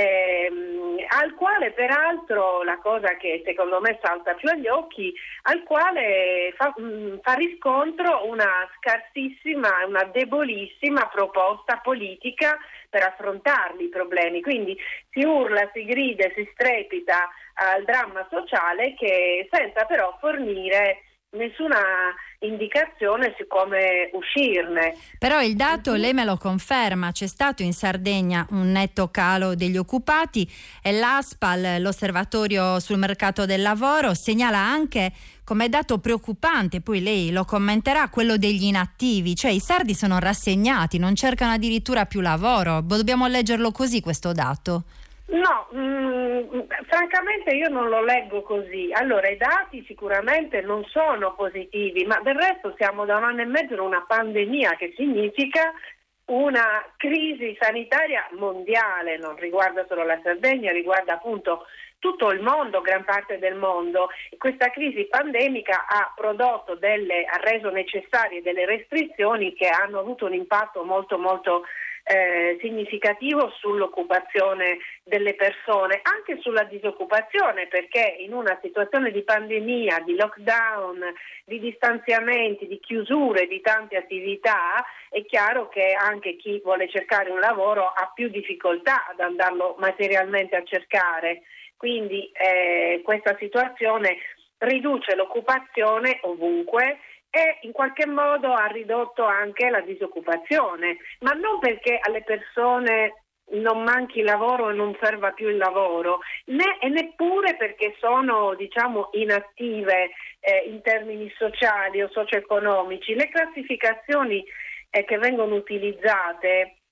ehm, al quale peraltro la cosa che secondo me salta più agli occhi, al quale fa, mh, fa riscontro una scarsissima, una debolissima proposta politica per affrontarli i problemi. Quindi si urla, si grida, si strepita al dramma sociale, che senza però fornire nessuna indicazione su come uscirne. Però il dato, lei me lo conferma, c'è stato in Sardegna un netto calo degli occupati e l'ASPAL, l'osservatorio sul mercato del lavoro, segnala anche come dato preoccupante, poi lei lo commenterà, quello degli inattivi, cioè i sardi sono rassegnati, non cercano addirittura più lavoro. Dobbiamo leggerlo così questo dato? No, mh, francamente io non lo leggo così. Allora, i dati sicuramente non sono positivi, ma del resto siamo da un anno e mezzo in una pandemia, che significa una crisi sanitaria mondiale, non riguarda solo la Sardegna, riguarda appunto tutto il mondo, gran parte del mondo. E questa crisi pandemica ha prodotto delle, ha reso necessarie delle restrizioni che hanno avuto un impatto molto molto Eh, significativo sull'occupazione delle persone, anche sulla disoccupazione, perché in una situazione di pandemia, di lockdown, di distanziamenti, di chiusure di tante attività, è chiaro che anche chi vuole cercare un lavoro ha più difficoltà ad andarlo materialmente a cercare. Quindi eh, questa situazione riduce l'occupazione ovunque e in qualche modo ha ridotto anche la disoccupazione, ma non perché alle persone non manchi lavoro e non serva più il lavoro, né e neppure perché sono, diciamo, inattive eh, in termini sociali o socio-economici. Le classificazioni eh, che vengono utilizzate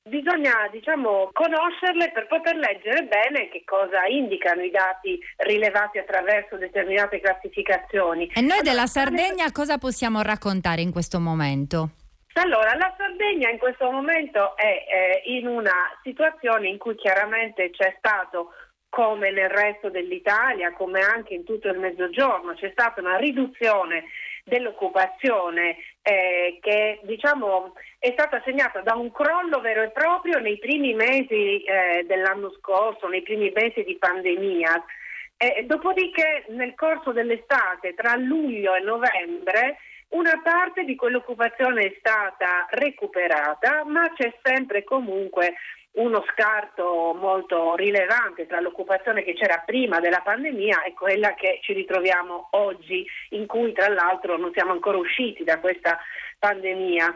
bisogna, diciamo, conoscerle per poter leggere bene che cosa indicano i dati rilevati attraverso determinate classificazioni. E noi allora, della Sardegna cosa possiamo raccontare in questo momento? Allora, la Sardegna in questo momento è eh, in una situazione in cui chiaramente c'è stato, come nel resto dell'Italia, come anche in tutto il Mezzogiorno, c'è stata una riduzione dell'occupazione eh, che, diciamo, è stata segnata da un crollo vero e proprio nei primi mesi eh, dell'anno scorso, nei primi mesi di pandemia. Eh, dopodiché, nel corso dell'estate, tra luglio e novembre, una parte di quell'occupazione è stata recuperata, ma c'è sempre comunque uno scarto molto rilevante tra l'occupazione che c'era prima della pandemia e quella che ci ritroviamo oggi, in cui tra l'altro non siamo ancora usciti da questa pandemia.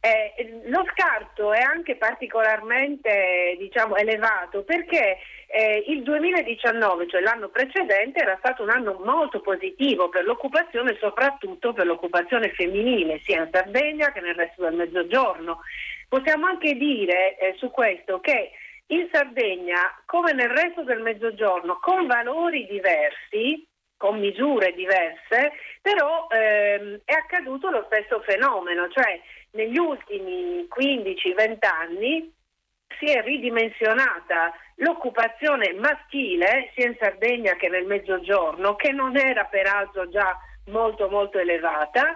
Eh, lo scarto è anche particolarmente, diciamo, elevato perché eh, il duemiladiciannove, cioè l'anno precedente, era stato un anno molto positivo per l'occupazione, soprattutto per l'occupazione femminile, sia in Sardegna che nel resto del Mezzogiorno. Possiamo anche dire eh, su questo che in Sardegna, come nel resto del Mezzogiorno, con valori diversi, con misure diverse, però ehm, è accaduto lo stesso fenomeno, cioè negli ultimi quindici venti anni si è ridimensionata l'occupazione maschile sia in Sardegna che nel Mezzogiorno, che non era peraltro già molto molto elevata,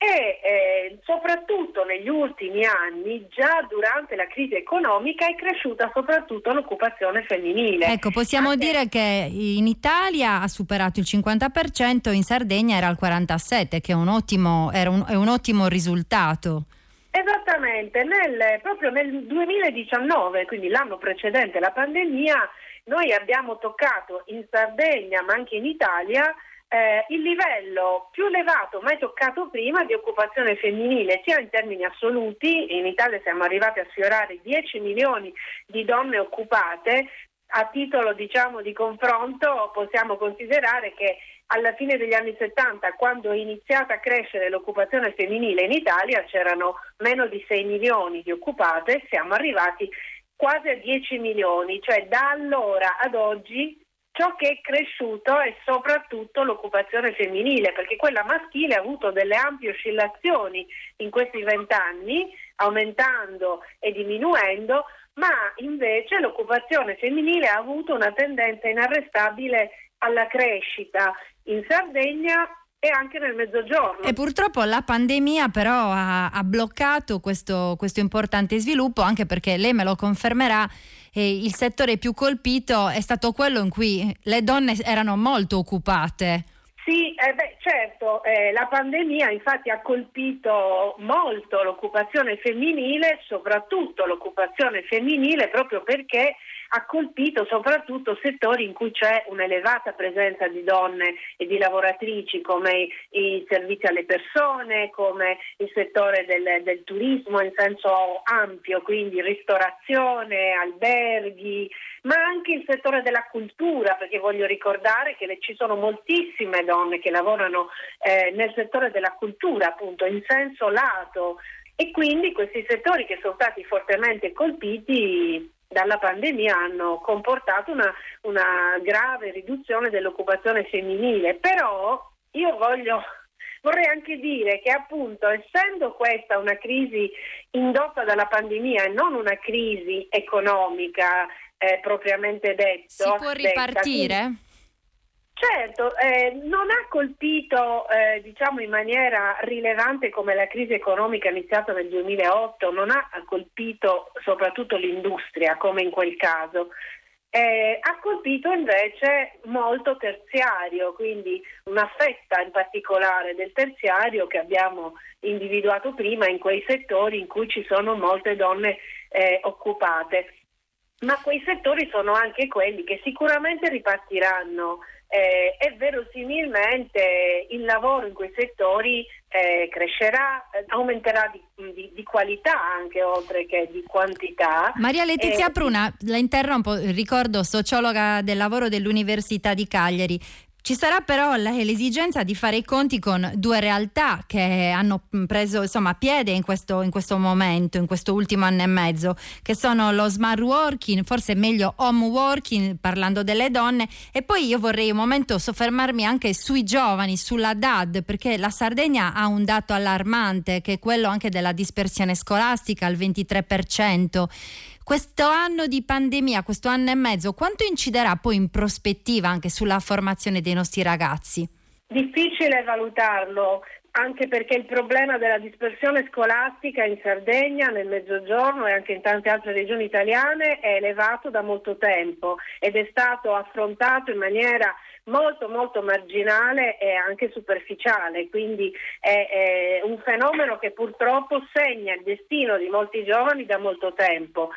e eh, soprattutto negli ultimi anni, già durante la crisi economica, è cresciuta soprattutto l'occupazione femminile. Ecco, possiamo Anche... dire che in Italia ha superato il cinquanta per cento, in Sardegna era al quarantasette per cento, che è un ottimo, era un, è un ottimo risultato. Esattamente, nel, proprio nel duemiladiciannove, quindi l'anno precedente la pandemia, noi abbiamo toccato in Sardegna, ma anche in Italia, Eh, il livello più elevato mai toccato prima di occupazione femminile, sia in termini assoluti. In Italia siamo arrivati a sfiorare dieci milioni di donne occupate. A titolo, diciamo, di confronto possiamo considerare che alla fine degli anni settanta, quando è iniziata a crescere l'occupazione femminile in Italia, c'erano meno di sei milioni di occupate, siamo arrivati quasi a dieci milioni, cioè da allora ad oggi ciò che è cresciuto è soprattutto l'occupazione femminile, perché quella maschile ha avuto delle ampie oscillazioni in questi vent'anni, aumentando e diminuendo, ma invece l'occupazione femminile ha avuto una tendenza inarrestabile alla crescita in Sardegna e anche nel Mezzogiorno. E purtroppo la pandemia però ha, ha bloccato questo, questo importante sviluppo, anche perché lei me lo confermerà, eh, il settore più colpito è stato quello in cui le donne erano molto occupate. Sì, eh beh, certo, eh, la pandemia infatti ha colpito molto l'occupazione femminile, soprattutto l'occupazione femminile, proprio perché ha colpito soprattutto settori in cui c'è un'elevata presenza di donne e di lavoratrici, come i servizi alle persone, come il settore del, del turismo in senso ampio, quindi ristorazione, alberghi, ma anche il settore della cultura, perché voglio ricordare che le, ci sono moltissime donne che lavorano eh, nel settore della cultura, appunto, in senso lato, e quindi questi settori che sono stati fortemente colpiti dalla pandemia hanno comportato una, una grave riduzione dell'occupazione femminile. Però io voglio vorrei anche dire che, appunto, essendo questa una crisi indotta dalla pandemia e non una crisi economica eh, propriamente detto, si può ripartire? Detta, quindi, certo, eh, non ha colpito eh, diciamo in maniera rilevante come la crisi economica iniziata nel duemilaotto, non ha colpito soprattutto l'industria come in quel caso. Eh, ha colpito invece molto terziario, quindi una fetta in particolare del terziario che abbiamo individuato prima in quei settori in cui ci sono molte donne eh, occupate. Ma quei settori sono anche quelli che sicuramente ripartiranno eh, e verosimilmente il lavoro in quei settori eh, crescerà, aumenterà di, di, di qualità anche oltre che di quantità. Maria Letizia eh, Pruna, la interrompo, ricordo sociologa del lavoro dell'Università di Cagliari. Ci sarà però l'esigenza di fare i conti con due realtà che hanno preso insomma piede in questo, in questo momento, in questo ultimo anno e mezzo, che sono lo smart working, forse meglio home working, parlando delle donne. E poi io vorrei un momento soffermarmi anche sui giovani, sulla D A D, perché la Sardegna ha un dato allarmante, che è quello anche della dispersione scolastica, al ventitré per cento. Questo anno di pandemia, questo anno e mezzo, quanto inciderà poi in prospettiva anche sulla formazione dei nostri ragazzi? Difficile valutarlo, anche perché il problema della dispersione scolastica in Sardegna, nel Mezzogiorno e anche in tante altre regioni italiane è elevato da molto tempo ed è stato affrontato in maniera molto molto marginale e anche superficiale, quindi è, è un fenomeno che purtroppo segna il destino di molti giovani da molto tempo.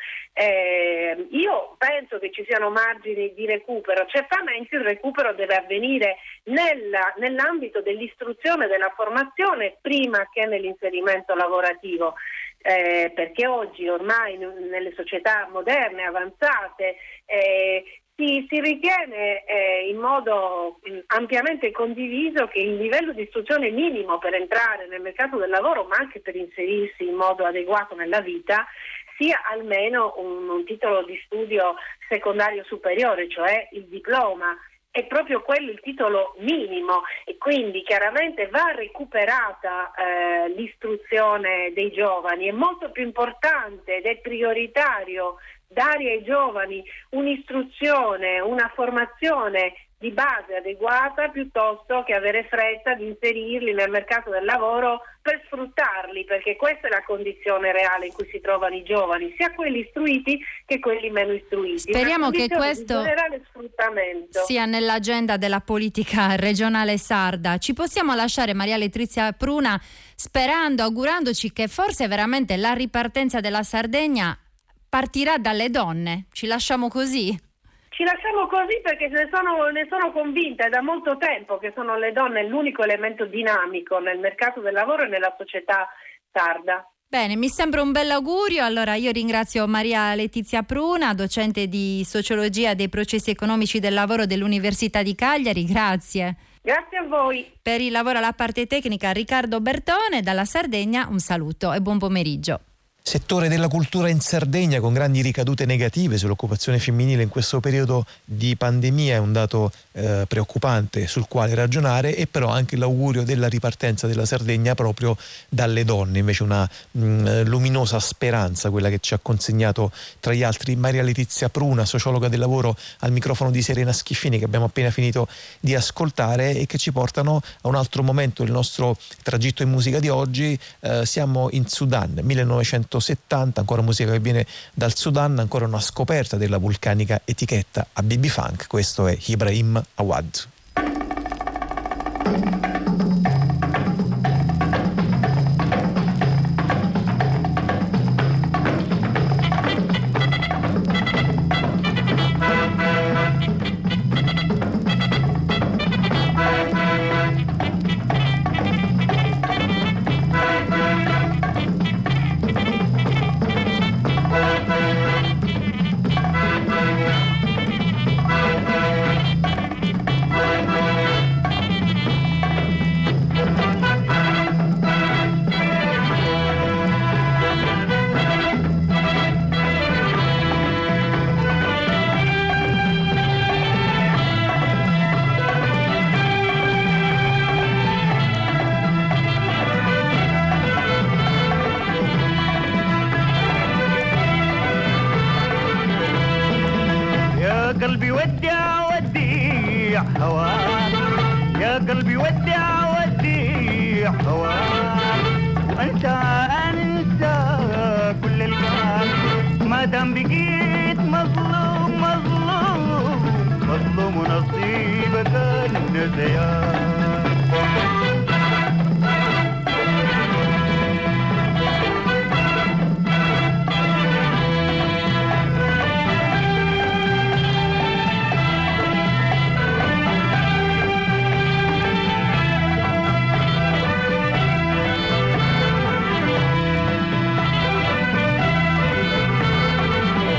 Eh, io penso che ci siano margini di recupero, certamente il recupero deve avvenire nella, nell'ambito dell'istruzione e della formazione prima che nell'inserimento lavorativo. Eh, perché oggi ormai n- nelle società moderne, avanzate, eh, si, si ritiene eh, in modo mh, ampiamente condiviso che il livello di istruzione minimo per entrare nel mercato del lavoro, ma anche per inserirsi in modo adeguato nella vita, sia almeno un, un titolo di studio secondario superiore, cioè il diploma. È proprio quello il titolo minimo e quindi chiaramente va recuperata eh, l'istruzione dei giovani. È molto più importante ed è prioritario dare ai giovani un'istruzione, una formazione di base adeguata piuttosto che avere fretta di inserirli nel mercato del lavoro per sfruttarli, perché questa è la condizione reale in cui si trovano i giovani, sia quelli istruiti che quelli meno istruiti. Speriamo che questo sfruttamento sia nell'agenda della politica regionale sarda. Ci possiamo lasciare, Maria Letizia Pruna, sperando, augurandoci che forse veramente la ripartenza della Sardegna partirà dalle donne. Ci lasciamo così? Ci lasciamo così perché ne sono, ne sono convinta, è da molto tempo che sono le donne l'unico elemento dinamico nel mercato del lavoro e nella società sarda. Bene, mi sembra un bell'augurio. Allora io ringrazio Maria Letizia Pruna, docente di sociologia dei processi economici del lavoro dell'Università di Cagliari. Grazie. Grazie a voi. Per il lavoro alla parte tecnica Riccardo Bertone, dalla Sardegna un saluto e buon pomeriggio. Settore della cultura in Sardegna con grandi ricadute negative sull'occupazione femminile in questo periodo di pandemia, è un dato eh, preoccupante sul quale ragionare, e però anche l'augurio della ripartenza della Sardegna proprio dalle donne, invece una mh, luminosa speranza quella che ci ha consegnato tra gli altri Maria Letizia Pruna, sociologa del lavoro, al microfono di Serena Schiffini, che abbiamo appena finito di ascoltare e che ci portano a un altro momento del nostro tragitto in musica di oggi. Eh, siamo in Sudan, millenovecentosettanta, ancora musica che viene dal Sudan, ancora una scoperta della vulcanica etichetta Habibi Funk. Questo è Ibrahim Awad. قلبي ودع وديع هواك، يا قلبي ودع وديع هواك، وانت انسى كل الكلام ما دام بقيت مظلوم مظلوم مظلوم ونصيبك النسيان.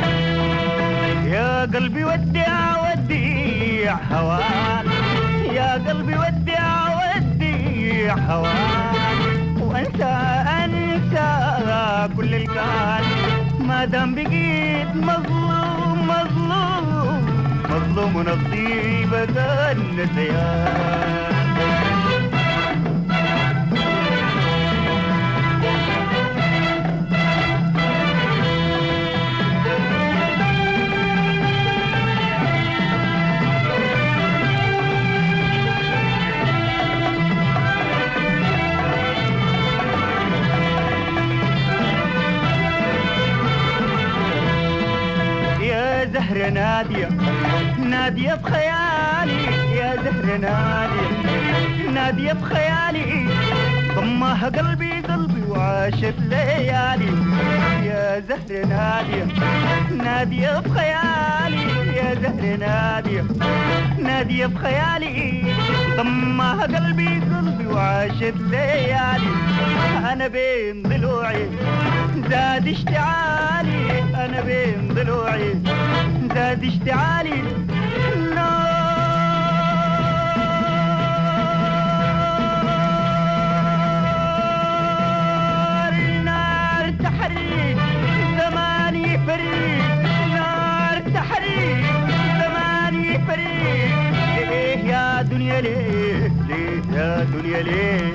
قلبي ودع وديع هواك، يا قلبي ودع وديع هواك وانسى انسى كل الكان ما دام بقيت مظلوم مظلوم مظلوم ونصيبك النسيان. زهرة نادية نادية بخيالي يا زهرة نادية نادية بخيالي ضمها قلبي قلبي وعاشت ليالي يا زهرة نادية نادية بخيالي يا زهرة نادية نادية بخيالي ضمها قلبي قلبي وعاشت ليالي أنا بين ضلوعي زاد اشتعالي أنا بين ضلوعي زاد اشتعالي نار نار تحريك زماني فريق نار تحريك زماني فريق ليه يا دنيا ليه ليه يا دنيا ليه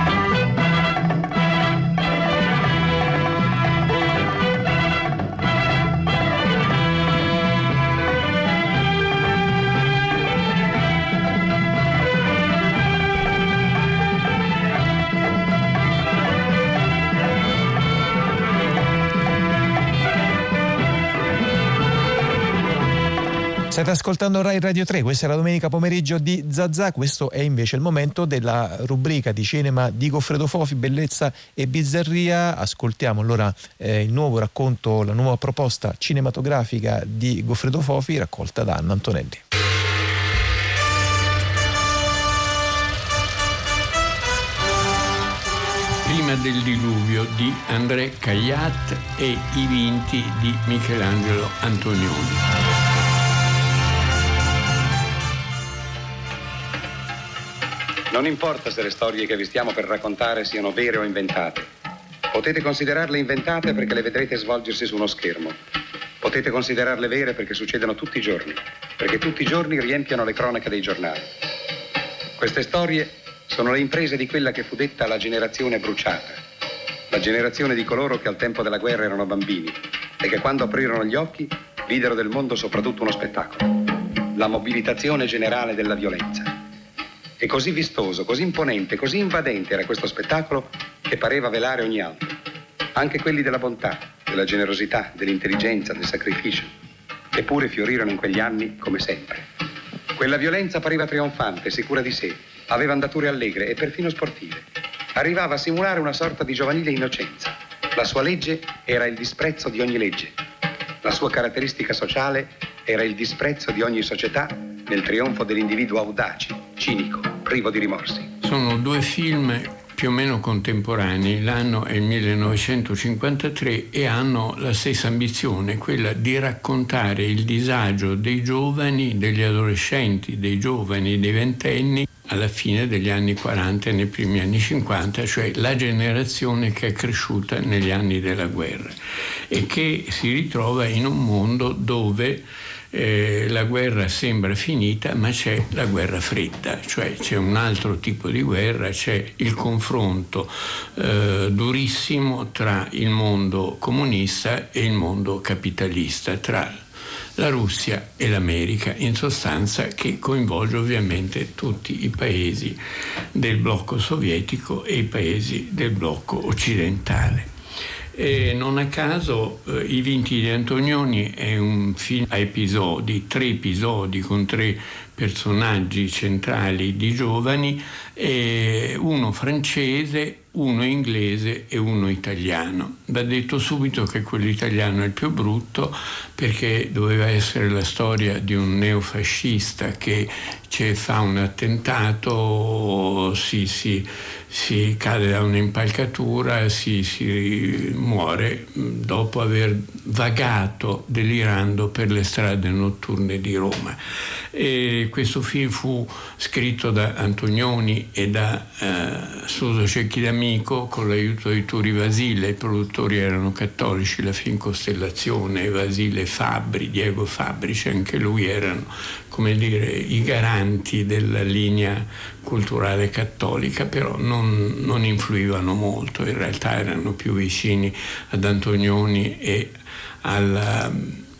State ascoltando Rai Radio tre, questa è la domenica pomeriggio di Zazà, questo è invece il momento della rubrica di cinema di Goffredo Fofi, Bellezza e Bizzarria. Ascoltiamo allora eh, il nuovo racconto, la nuova proposta cinematografica di Goffredo Fofi raccolta da Anna Antonelli. Prima del diluvio di André Caillat e I vinti di Michelangelo Antonioni. Non importa se le storie che vi stiamo per raccontare siano vere o inventate. Potete considerarle inventate perché le vedrete svolgersi su uno schermo. Potete considerarle vere perché succedono tutti i giorni, perché tutti i giorni riempiono le cronache dei giornali. Queste storie sono le imprese di quella che fu detta la generazione bruciata, la generazione di coloro che al tempo della guerra erano bambini e che quando aprirono gli occhi videro del mondo soprattutto uno spettacolo, la mobilitazione generale della violenza. E così vistoso, così imponente, così invadente era questo spettacolo che pareva velare ogni altro. Anche quelli della bontà, della generosità, dell'intelligenza, del sacrificio. Eppure fiorirono in quegli anni come sempre. Quella violenza pareva trionfante, sicura di sé, aveva andature allegre e perfino sportive. Arrivava a simulare una sorta di giovanile innocenza. La sua legge era il disprezzo di ogni legge. La sua caratteristica sociale era il disprezzo di ogni società nel trionfo dell'individuo audace, cinico, privo di rimorsi. Sono due film più o meno contemporanei, l'anno è il millenovecentocinquantatré e hanno la stessa ambizione, quella di raccontare il disagio dei giovani, degli adolescenti, dei giovani, dei ventenni alla fine degli anni quaranta e nei primi anni cinquanta, cioè la generazione che è cresciuta negli anni della guerra e che si ritrova in un mondo dove Eh, la guerra sembra finita, ma c'è la guerra fredda, cioè c'è un altro tipo di guerra, c'è il confronto eh, durissimo tra il mondo comunista e il mondo capitalista, tra la Russia e l'America, in sostanza, che coinvolge ovviamente tutti i paesi del blocco sovietico e i paesi del blocco occidentale. E non a caso eh, I vinti di Antonioni è un film a episodi, tre episodi con tre personaggi centrali di giovani, e uno francese, uno inglese e uno italiano. Va detto subito che quello italiano è il più brutto, perché doveva essere la storia di un neofascista che fa un attentato, si, si, si cade da un'impalcatura, si, si muore dopo aver vagato delirando per le strade notturne di Roma. E questo film fu scritto da Antonioni e da eh, Suso Cecchi D'Amico con l'aiuto di Turi Vasile. I produttori erano cattolici, la Film Costellazione, Vasile, Fabbri, Diego Fabbrici, anche lui erano, come dire, i garanti della linea culturale cattolica, però non, non influivano molto, in realtà erano più vicini ad Antonioni e alla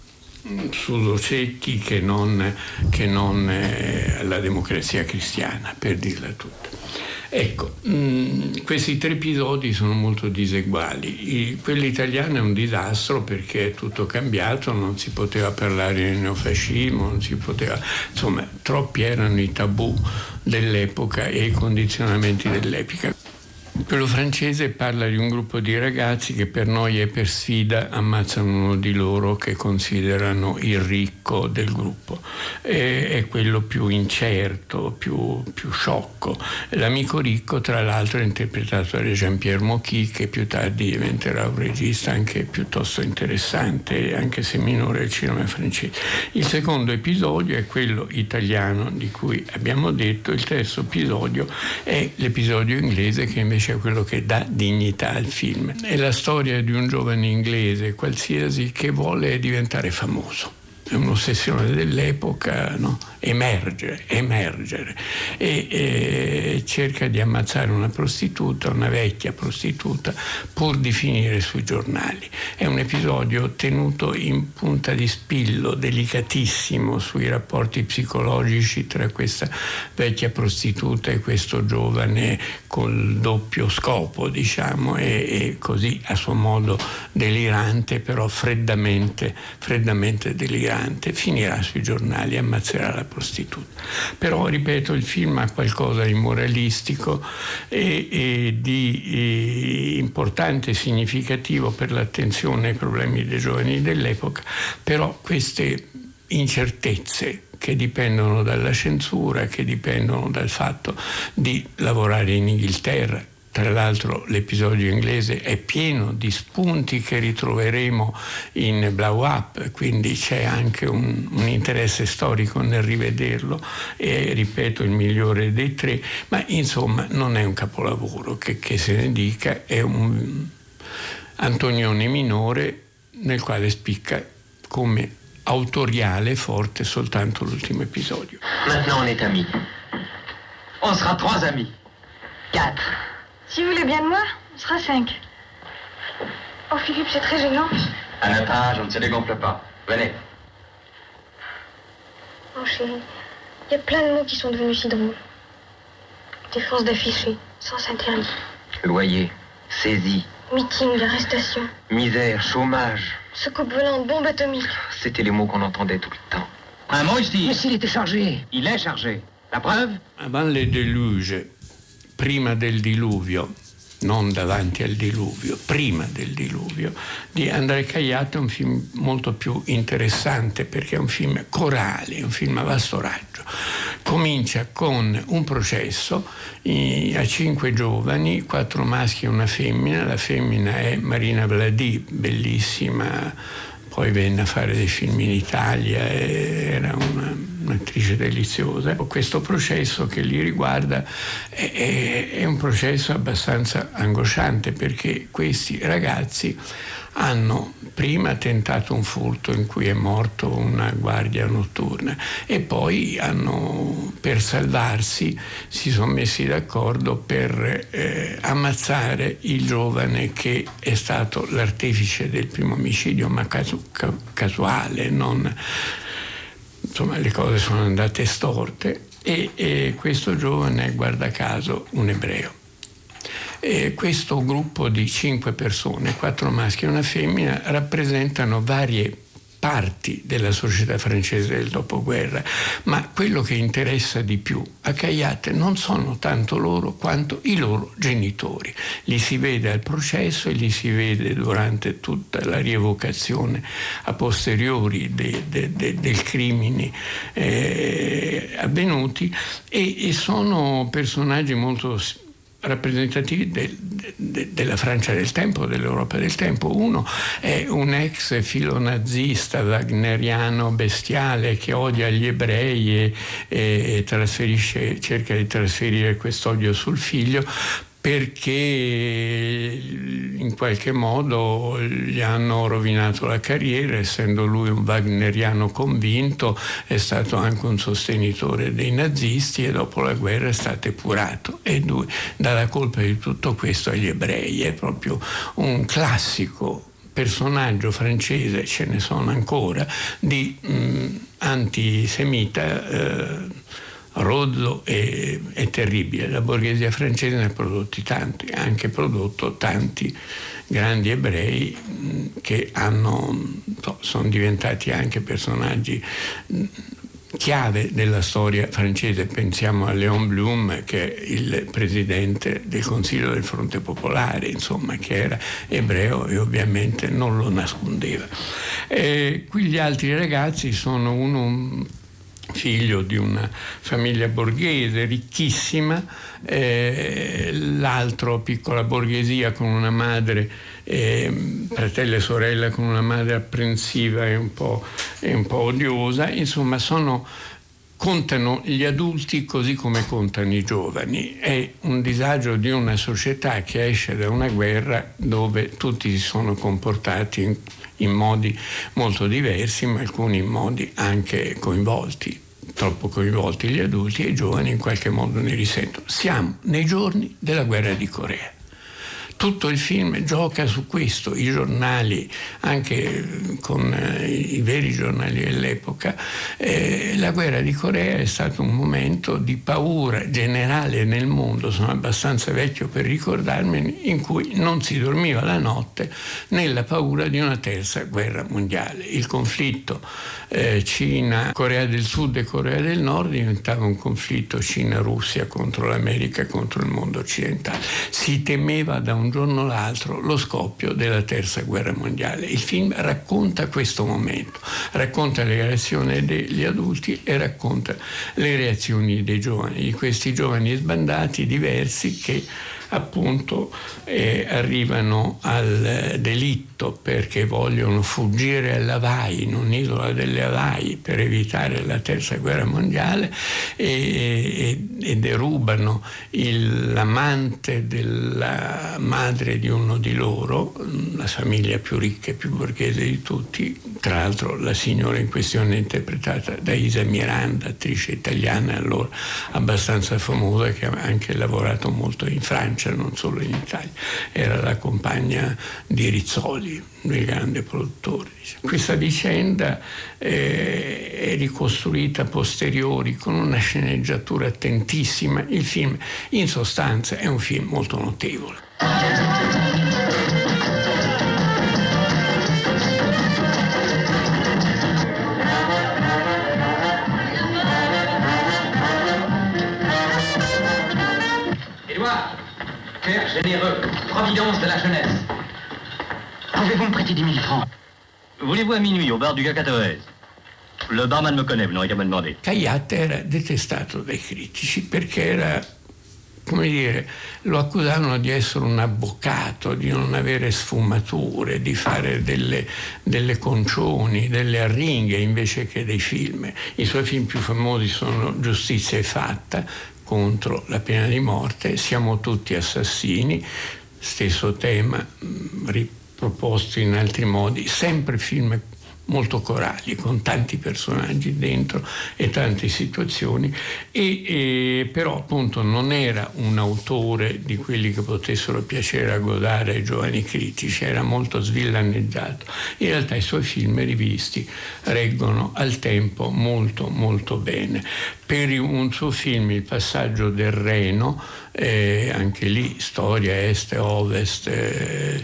Suso Cecchi che non, che non eh, alla Democrazia Cristiana, per dirla tutta. Ecco, mh, questi tre episodi sono molto diseguali. I, quello italiano è un disastro perché è tutto cambiato, non si poteva parlare di neofascismo, non si poteva, insomma, troppi erano i tabù dell'epoca e i condizionamenti dell'epoca. Quello francese parla di un gruppo di ragazzi che per noia e per sfida ammazzano uno di loro che considerano il ricco del gruppo. E, è quello più incerto, più, più sciocco. L'amico ricco, tra l'altro, è interpretato da Jean-Pierre Mocky, che più tardi diventerà un regista anche piuttosto interessante, anche se minore del cinema francese. Il secondo episodio è quello italiano di cui abbiamo detto. Il terzo episodio è l'episodio inglese, che invece è quello che dà dignità al film. È la storia di un giovane inglese qualsiasi che vuole diventare famoso. È un'ossessione dell'epoca, no? Emergere, emergere e, e cerca di ammazzare una prostituta, una vecchia prostituta, pur di finire sui giornali. È un episodio tenuto in punta di spillo, delicatissimo, sui rapporti psicologici tra questa vecchia prostituta e questo giovane col doppio scopo, diciamo, e, e così a suo modo delirante, però freddamente, freddamente delirante. Finirà sui giornali, ammazzerà la prostituta. Però, ripeto, il film ha qualcosa di moralistico e, e di e importante e significativo per l'attenzione ai problemi dei giovani dell'epoca, però queste incertezze che dipendono dalla censura, che dipendono dal fatto di lavorare in Inghilterra. Tra l'altro l'episodio inglese è pieno di spunti che ritroveremo in Blow Up, quindi c'è anche un, un interesse storico nel rivederlo, e ripeto, il migliore dei tre, ma insomma non è un capolavoro, che, che se ne dica, è un Antonioni minore nel quale spicca come autoriale forte soltanto l'ultimo episodio. Maintenant on est amis. On sera trois amis. Quatre. Si vous voulez bien de moi, on sera cinq. Oh Philippe, c'est très gênant. À notre âge, on ne se dégonfle pas. Venez. Oh chérie, il y a plein de mots qui sont devenus si drôles. Défense d'afficher, sens interdit. Loyer, saisie. Meeting, arrestation. Misère, chômage. Soucoupe volante, bombe atomique. C'était les mots qu'on entendait tout le temps. Un mot ici. Mais s'il était chargé. Il est chargé. La preuve? Avant le déluge, prima del diluvio, non davanti al diluvio, prima del diluvio, di André Cagliat, è un film molto più interessante perché è un film corale, è un film a vasto raggio. Comincia con un processo i, a cinque giovani, quattro maschi e una femmina. La femmina è Marina Vladi, bellissima, poi venne a fare dei film in Italia, era una, un'attrice deliziosa. Questo processo che li riguarda è, è, è un processo abbastanza angosciante, perché questi ragazzi hanno prima tentato un furto in cui è morto una guardia notturna e poi hanno, per salvarsi, si sono messi d'accordo per eh, ammazzare il giovane che è stato l'artefice del primo omicidio, ma casu- ca- casuale, non, insomma le cose sono andate storte e, e questo giovane è, guarda caso, un ebreo. E questo gruppo di cinque persone, quattro maschi e una femmina, rappresentano varie parti della società francese del dopoguerra, ma quello che interessa di più a Cagliat non sono tanto loro quanto i loro genitori. Li si vede al processo e li si vede durante tutta la rievocazione a posteriori dei de, de, del crimini eh, avvenuti e, e sono personaggi molto rappresentativi del, de, della Francia del tempo, dell'Europa del tempo. Uno è un ex filonazista wagneriano bestiale che odia gli ebrei e, e, e trasferisce, cerca di trasferire quest'odio sul figlio, perché in qualche modo gli hanno rovinato la carriera. Essendo lui un wagneriano convinto, è stato anche un sostenitore dei nazisti e dopo la guerra è stato epurato, e lui dà la colpa di tutto questo agli ebrei. È proprio un classico personaggio francese, ce ne sono ancora, di mh, antisemita eh, rozzo e, e terribile. La borghesia francese ne ha prodotti tanti, ha anche prodotto tanti grandi ebrei mh, che hanno, so, sono diventati anche personaggi mh, chiave della storia francese. Pensiamo a Léon Blum, che è il presidente del Consiglio del Fronte Popolare, insomma, che era ebreo e ovviamente non lo nascondeva. E qui gli altri ragazzi sono uno figlio di una famiglia borghese ricchissima, eh, l'altro piccola borghesia con una madre, eh, fratello e sorella con una madre apprensiva e un po', e un po' odiosa. Insomma, sono contano gli adulti così come contano i giovani. È un disagio di una società che esce da una guerra dove tutti si sono comportati in, in modi molto diversi, ma alcuni in modi anche coinvolti, troppo coinvolti gli adulti, e i giovani in qualche modo ne risentono. Siamo nei giorni della guerra di Corea. Tutto il film gioca su questo, i giornali, anche con eh, i veri giornali dell'epoca. Eh, la guerra di Corea è stato un momento di paura generale nel mondo, sono abbastanza vecchio per ricordarmene, in cui non si dormiva la notte nella paura di una terza guerra mondiale. Il conflitto eh, Cina, Corea del Sud e Corea del Nord diventava un conflitto Cina-Russia contro l'America e contro il mondo occidentale. Si temeva da un giorno all'altro lo scoppio della terza guerra mondiale. Il film racconta questo momento, racconta le reazioni degli adulti e racconta le reazioni dei giovani, di questi giovani sbandati diversi che appunto eh, arrivano al eh, delitto perché vogliono fuggire all'Hawaii, in un'isola delle Hawaii, per evitare la terza guerra mondiale, e, e, e derubano il, l'amante della madre di uno di loro, la famiglia più ricca e più borghese di tutti. Tra l'altro la signora in questione è interpretata da Isa Miranda, attrice italiana allora abbastanza famosa, che ha anche lavorato molto in Francia, non solo in Italia. Era la compagna di Rizzoli, del grande produttore. Questa vicenda eh, è ricostruita a posteriori con una sceneggiatura attentissima. Il film, in sostanza, è un film molto notevole. Père généreux, providence de la jeunesse. Pouvez-vous me prêter dix mille francs? Voulez-vous à minuit au bar du Gacatoès? Le barman me connaît, vous n'aurez qu'à me demander. Caillat era detestato dai critici perché era, come dire, lo accusavano di essere un avvocato, di non avere sfumature, di fare delle, delle concioni, delle arringhe invece che dei film. I suoi film più famosi sono Giustizia è fatta, contro la pena di morte, Siamo tutti assassini, stesso tema riproposto in altri modi, sempre film molto corali, con tanti personaggi dentro e tante situazioni, e, e però appunto non era un autore di quelli che potessero piacere a Godard ai giovani critici, era molto svillaneggiato. In realtà i suoi film rivisti reggono al tempo molto molto bene. Per un suo film, Il passaggio del Reno, eh, anche lì storia est e ovest, eh,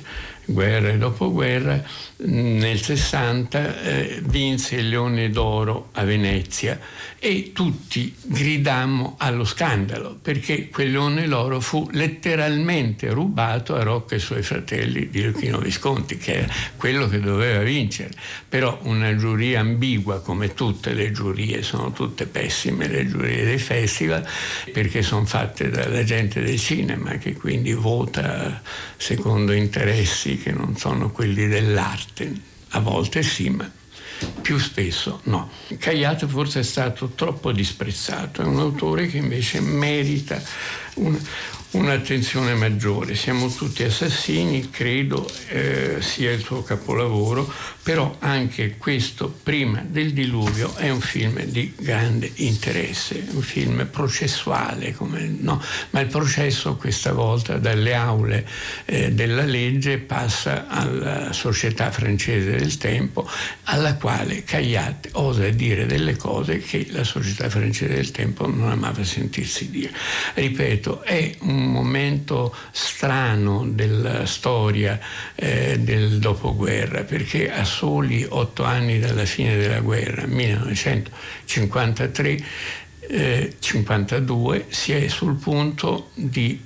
guerra e dopoguerra, nel sessanta eh, vinse il Leone d'Oro a Venezia e tutti gridammo allo scandalo, perché quel Leone d'Oro fu letteralmente rubato a Rocca e suoi fratelli di Luchino Visconti, che era quello che doveva vincere. Però una giuria ambigua, come tutte le giurie, sono tutte pessime le giurie dei festival, perché sono fatte dalla gente del cinema, che quindi vota secondo interessi che non sono quelli dell'arte. A volte sì, ma più spesso no. Kayat forse è stato troppo disprezzato, è un autore che invece merita un, un'attenzione maggiore. Siamo tutti assassini, credo eh, sia il suo capolavoro, però anche questo, Prima del diluvio, è un film di grande interesse, un film processuale, come, no? Ma il processo questa volta dalle aule eh, della legge passa alla società francese del tempo, alla quale Kayat osa dire delle cose che la società francese del tempo non amava sentirsi dire. Ripeto, è un momento strano della storia eh, del dopoguerra, perché a soli otto anni dalla fine della guerra, millenovecentocinquantatré cinquantadue, si è sul punto di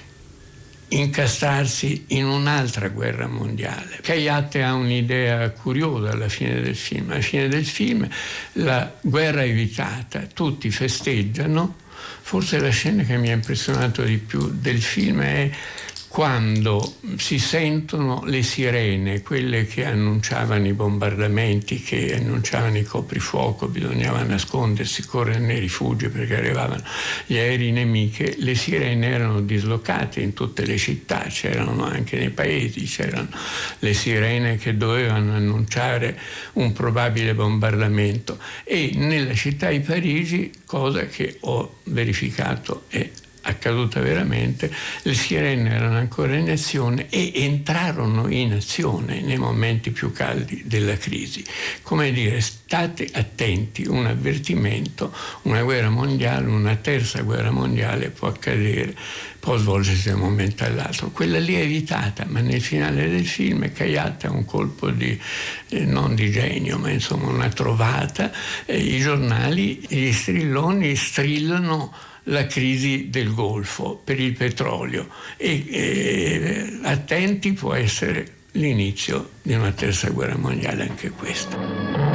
incastrarsi in un'altra guerra mondiale. Kayat ha un'idea curiosa alla fine del film. Alla fine del film la guerra evitata, tutti festeggiano. Forse la scena che mi ha impressionato di più del film è quando si sentono le sirene, quelle che annunciavano i bombardamenti, che annunciavano i coprifuoco, bisognava nascondersi, correre nei rifugi perché arrivavano gli aerei nemiche. Le sirene erano dislocate in tutte le città, c'erano anche nei paesi, c'erano le sirene che dovevano annunciare un probabile bombardamento. E nella città di Parigi, cosa che ho verificato è accaduta veramente, le sirene erano ancora in azione e entrarono in azione nei momenti più caldi della crisi. Come dire, state attenti, un avvertimento, una guerra mondiale, una terza guerra mondiale può accadere, può svolgersi da un momento all'altro. Quella lì è evitata, ma nel finale del film Kayat ha un colpo di, eh, non di genio, ma insomma una trovata. Eh, I giornali, gli strilloni strillano la crisi del Golfo per il petrolio e eh, attenti, può essere l'inizio di una terza guerra mondiale anche questa.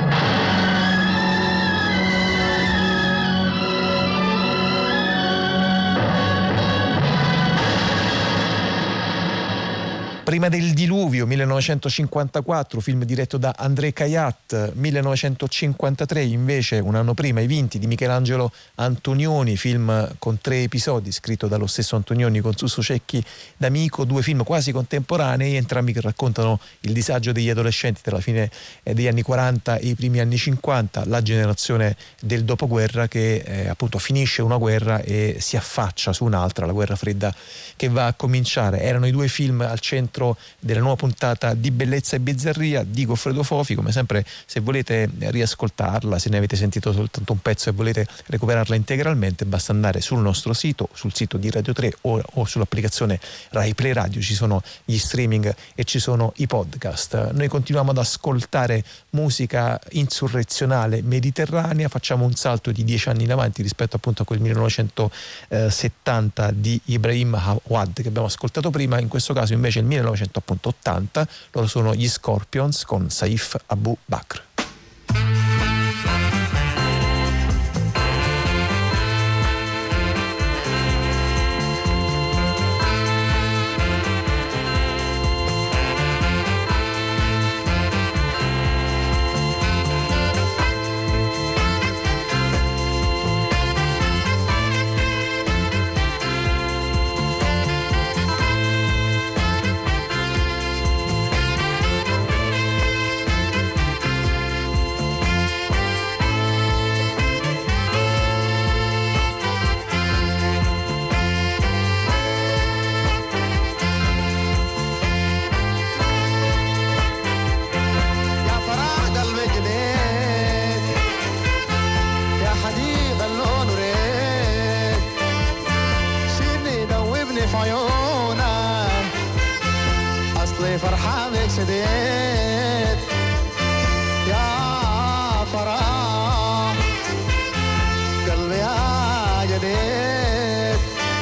Prima del diluvio, millenovecentocinquantaquattro, film diretto da André Kayat. millenovecentocinquantatré invece, un anno prima, I Vinti di Michelangelo Antonioni, film con tre episodi, scritto dallo stesso Antonioni con Suso Cecchi d'Amico, due film quasi contemporanei, entrambi che raccontano il disagio degli adolescenti tra la fine degli anni quaranta e i primi anni cinquanta, la generazione del dopoguerra che eh, appunto finisce una guerra e si affaccia su un'altra, la guerra fredda che va a cominciare. Erano i due film al centro della nuova puntata di Bellezza e Bizzarria di Goffredo Fofi. Come sempre, se volete riascoltarla, se ne avete sentito soltanto un pezzo e volete recuperarla integralmente, basta andare sul nostro sito, sul sito di Radio tre o, o sull'applicazione Rai Play Radio. Ci sono gli streaming e ci sono i podcast. Noi continuiamo ad ascoltare musica insurrezionale mediterranea, facciamo un salto di dieci anni in avanti rispetto appunto a quel millenovecentosettanta di Ibrahim Awad che abbiamo ascoltato prima. In questo caso invece il millenovecentottanta, loro sono gli Scorpions con Saif Abu Bakr. جديد يا فرح قلبي يا جديد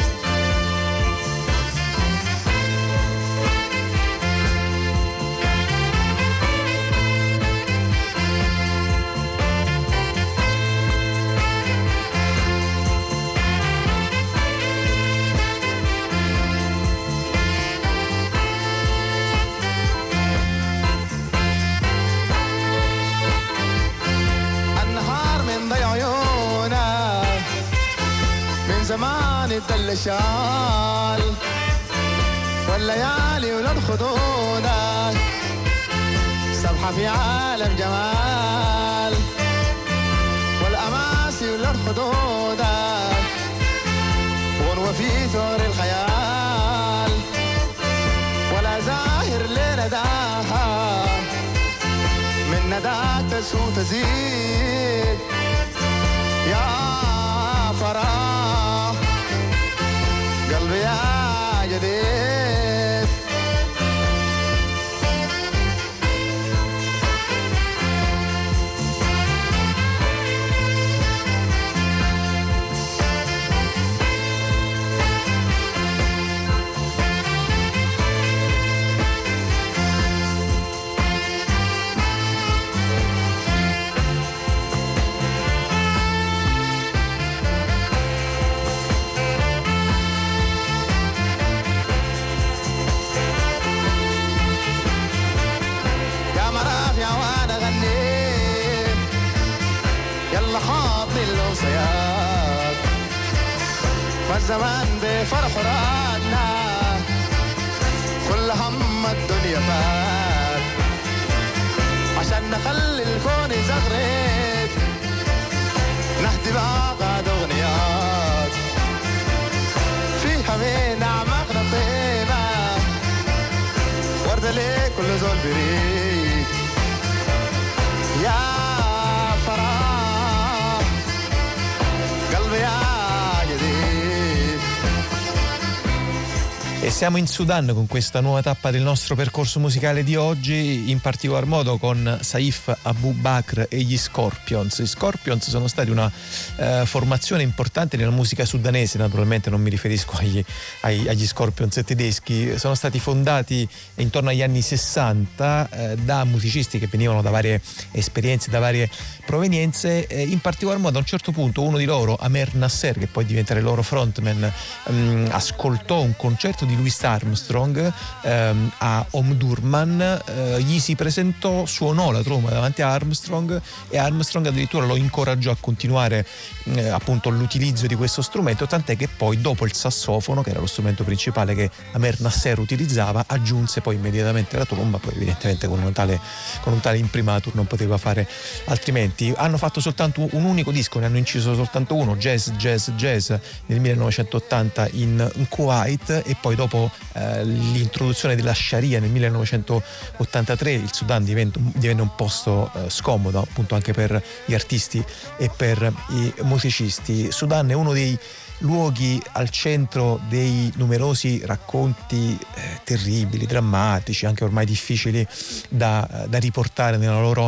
زمان الدل شال والليالي ولون خدودك سبحة في عالم جمال والأماسي ولون خدودك ونوى في ثور الخيال ولا زاهر لنا داها من نداك تسو تزيد يا فرح قلبي يا جديد الوصيات فالزمان بفرح رادنا كل هم الدنيا فات عشان نخلي الكون يزغرد نهدي بعقد اغنيات فيها من اعماقنا طيبه ورده ليه كل زول بريد يا E siamo in Sudan con questa nuova tappa del nostro percorso musicale di oggi, in particolar modo con Saif Abu Bakr e gli Scorpions. Gli Scorpions sono stati una eh, formazione importante nella musica sudanese, naturalmente non mi riferisco agli, agli, agli Scorpions tedeschi, sono stati fondati intorno agli anni sessanta eh, da musicisti che venivano da varie esperienze, da varie provenienze, eh, in particolar modo a un certo punto uno di loro, Amer Nasser, che poi diventa il loro frontman, ehm, ascoltò un concerto di Louis Armstrong ehm, a Omdurman, eh, gli si presentò, suonò la tromba davanti a Armstrong e Armstrong addirittura lo incoraggiò a continuare eh, appunto l'utilizzo di questo strumento, tant'è che poi dopo il sassofono, che era lo strumento principale che Amer Nasser utilizzava, aggiunse poi immediatamente la tromba, poi evidentemente con un tale, con un tale imprimatur non poteva fare altrimenti. Hanno fatto soltanto un unico disco, ne hanno inciso soltanto uno, Jazz Jazz Jazz, nel millenovecentottanta in, in Kuwait, e poi dopo eh, l'introduzione della Sharia nel millenovecentottantatré il Sudan diventa, divenne un posto eh, scomodo appunto anche per gli artisti e per i musicisti. Sudan è uno dei luoghi al centro dei numerosi racconti eh, terribili, drammatici, anche ormai difficili da, da riportare nella loro,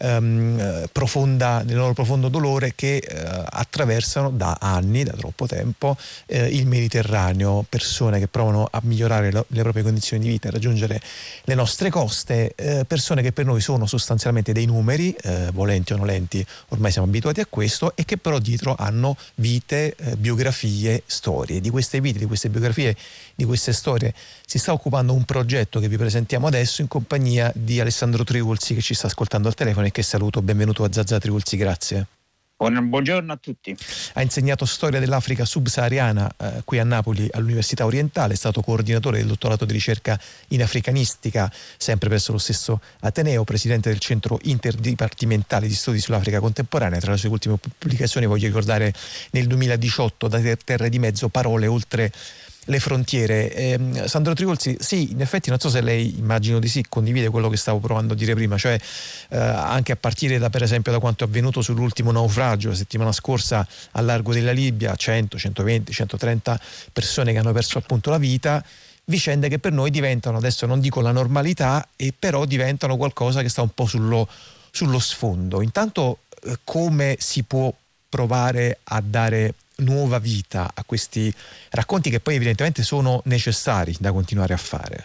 ehm, profonda, nel loro profondo dolore, che eh, attraversano da anni, da troppo tempo, eh, il Mediterraneo, persone che provano a migliorare lo, le proprie condizioni di vita, a raggiungere le nostre coste, eh, persone che per noi sono sostanzialmente dei numeri, eh, volenti o nolenti, ormai siamo abituati a questo, e che però dietro hanno vite, eh, biografie, storie. Di queste vite, di queste biografie, di queste storie si sta occupando un progetto che vi presentiamo adesso in compagnia di Alessandro Trivulzi, che ci sta ascoltando al telefono e che saluto. Benvenuto a Zazà, Trivulzi, grazie. Buongiorno a tutti. Ha insegnato storia dell'Africa subsahariana eh, qui a Napoli all'Università Orientale, è stato coordinatore del dottorato di ricerca in africanistica sempre presso lo stesso Ateneo, presidente del Centro Interdipartimentale di Studi sull'Africa Contemporanea. Tra le sue ultime pubblicazioni voglio ricordare nel duemiladiciotto Da Terre di Mezzo, parole oltre le frontiere. Eh, Sandro Trivulzi, sì, in effetti non so se lei, immagino di sì, condivide quello che stavo provando a dire prima, cioè eh, anche a partire da, per esempio, da quanto è avvenuto sull'ultimo naufragio la settimana scorsa al largo della Libia, cento, centoventi, centotrenta persone che hanno perso appunto la vita. vicende che per noi diventano, adesso non dico la normalità, e però diventano qualcosa che sta un po' sullo, sullo sfondo. Intanto eh, come si può provare a dare nuova vita a questi racconti che poi evidentemente sono necessari da continuare a fare?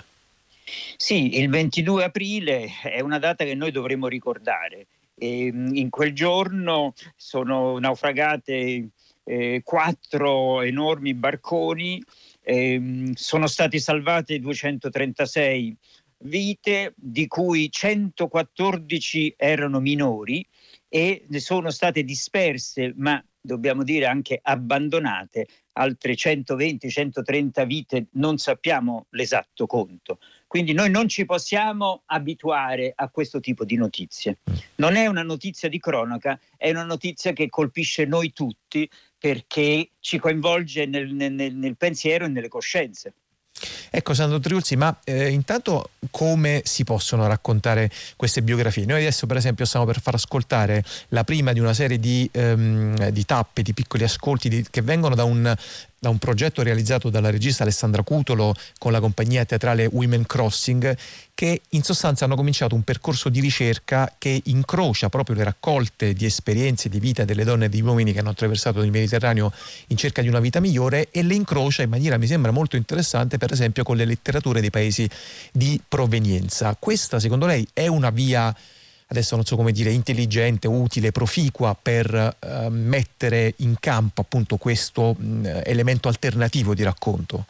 Sì, il ventidue aprile è una data che noi dovremmo ricordare. E in quel giorno sono naufragate eh, quattro enormi barconi, eh, sono state salvate duecentotrentasei vite, di cui centoquattordici erano minori, e ne sono state disperse, ma dobbiamo dire anche abbandonate, altre centoventi centotrenta vite, non sappiamo l'esatto conto. Quindi noi non ci possiamo abituare a questo tipo di notizie. Non è una notizia di cronaca, è una notizia che colpisce noi tutti, perché ci coinvolge nel, nel, nel pensiero e nelle coscienze. Ecco, Sandro Triulzi, ma eh, intanto come si possono raccontare queste biografie? Noi adesso per esempio stiamo per far ascoltare la prima di una serie di, ehm, di tappe, di piccoli ascolti di, che vengono da un, da un progetto realizzato dalla regista Alessandra Cutolo con la compagnia teatrale Women Crossing, che in sostanza hanno cominciato un percorso di ricerca che incrocia proprio le raccolte di esperienze di vita delle donne e degli uomini che hanno attraversato il Mediterraneo in cerca di una vita migliore, e le incrocia in maniera, mi sembra, molto interessante, per esempio con le letterature dei paesi di provenienza. Questa secondo lei è una via, adesso non so come dire, intelligente, utile, proficua per eh, mettere in campo appunto questo mh, elemento alternativo di racconto?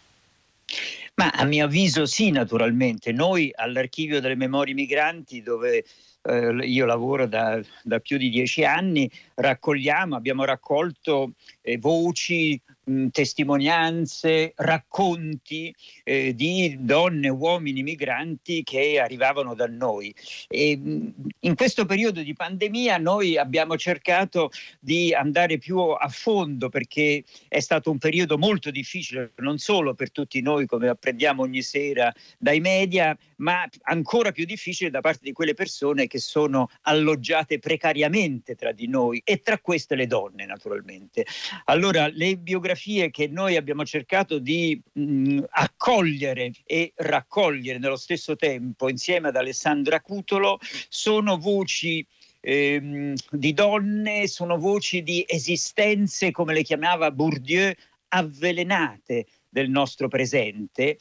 Ma a mio avviso sì, naturalmente. Noi all'Archivio delle Memorie Migranti, dove eh, io lavoro da, da più di dieci anni, raccogliamo, abbiamo raccolto eh, voci, mh, testimonianze, racconti eh, di donne e uomini migranti che arrivavano da noi. E, mh, in questo periodo di pandemia noi abbiamo cercato di andare più a fondo, perché è stato un periodo molto difficile, non solo per tutti noi, come apprendiamo ogni sera dai media, ma ancora più difficile da parte di quelle persone che sono alloggiate precariamente tra di noi, e tra queste le donne, naturalmente. Allora, le biografie che noi abbiamo cercato di mh, accogliere e raccogliere nello stesso tempo insieme ad Alessandra Cutolo sono voci ehm, di donne, sono voci di esistenze, come le chiamava Bourdieu, avvelenate del nostro presente,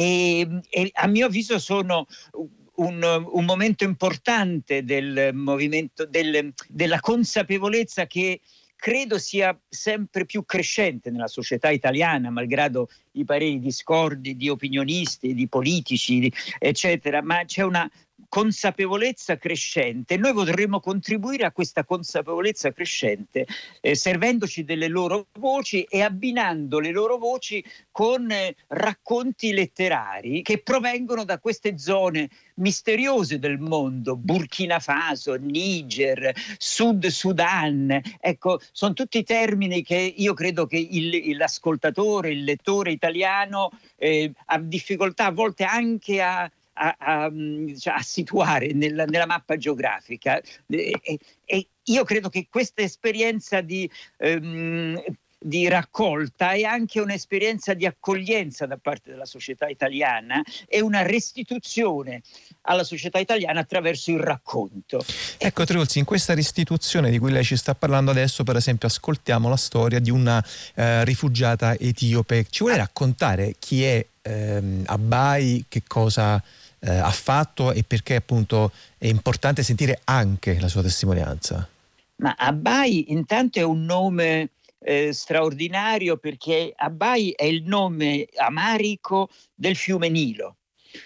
e, e a mio avviso sono un, un momento importante del movimento, del, della consapevolezza che credo sia sempre più crescente nella società italiana, malgrado i pareri discordi di opinionisti, di politici, eccetera, ma c'è una consapevolezza crescente. Noi vorremmo contribuire a questa consapevolezza crescente eh, servendoci delle loro voci e abbinando le loro voci con eh, racconti letterari che provengono da queste zone misteriose del mondo: Burkina Faso, Niger, Sud Sudan. Ecco, sono tutti termini che io credo che il, l'ascoltatore, il lettore italiano eh, ha difficoltà a volte anche a A, a, cioè a situare nella, nella mappa geografica, e, e io credo che questa esperienza di, ehm, di raccolta è anche un'esperienza di accoglienza da parte della società italiana e una restituzione alla società italiana attraverso il racconto. Ecco Triulzi, in questa restituzione di cui lei ci sta parlando adesso, per esempio, ascoltiamo la storia di una eh, rifugiata etiope. Ci vuole raccontare chi è ehm, Abai, che cosa Eh, ha fatto e perché appunto è importante sentire anche la sua testimonianza? Ma Abai intanto è un nome eh, straordinario, perché Abai è il nome amarico del fiume Nilo,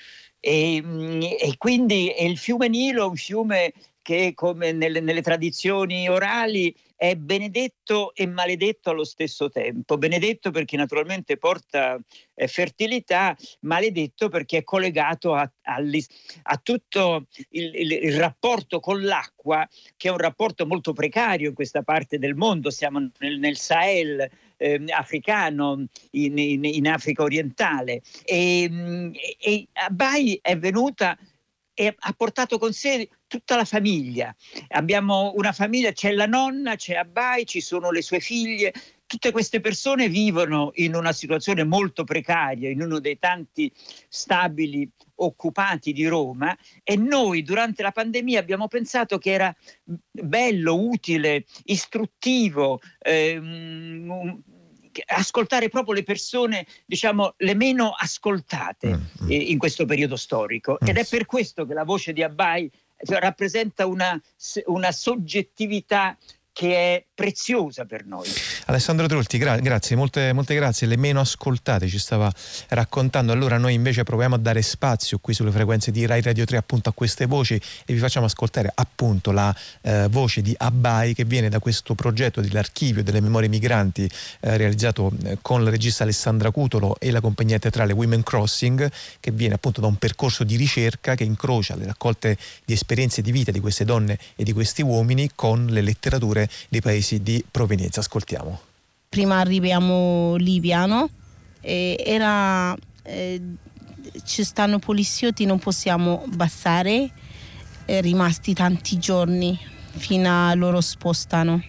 e, e quindi è il fiume Nilo, un fiume che, come nelle, nelle tradizioni orali, è benedetto e maledetto allo stesso tempo. Benedetto perché naturalmente porta eh, fertilità, maledetto perché è collegato a, a, a tutto il, il, il rapporto con l'acqua, che è un rapporto molto precario in questa parte del mondo. Siamo nel, nel Sahel eh, africano, in, in, in Africa orientale, e, e Abai è venuta e ha portato con sé tutta la famiglia. Abbiamo una famiglia, c'è la nonna, c'è Abai, ci sono le sue figlie tutte queste persone vivono in una situazione molto precaria, in uno dei tanti stabili occupati di Roma, e noi durante la pandemia abbiamo pensato che era bello, utile, istruttivo, ehm, ascoltare proprio le persone, diciamo, le meno ascoltate mm. eh, in questo periodo storico. Mm. Ed è per questo che la voce di Abai rappresenta una, una soggettività che è preziosa per noi. Alessandro Trulti, gra- grazie, molte, molte grazie. Le meno ascoltate ci stava raccontando. Allora noi invece proviamo a dare spazio qui sulle frequenze di Rai Radio tre appunto a queste voci, e vi facciamo ascoltare appunto la eh, voce di Abai, che viene da questo progetto dell'Archivio delle Memorie Migranti eh, realizzato eh, con la regista Alessandra Cutolo e la compagnia teatrale Women Crossing, che viene appunto da un percorso di ricerca che incrocia le raccolte di esperienze di vita di queste donne e di questi uomini con le letterature dei paesi di provenienza. Ascoltiamo. Prima arriviamo Libia, no? E era eh, ci stanno poliziotti, non possiamo passare, è rimasti tanti giorni fino a loro spostano,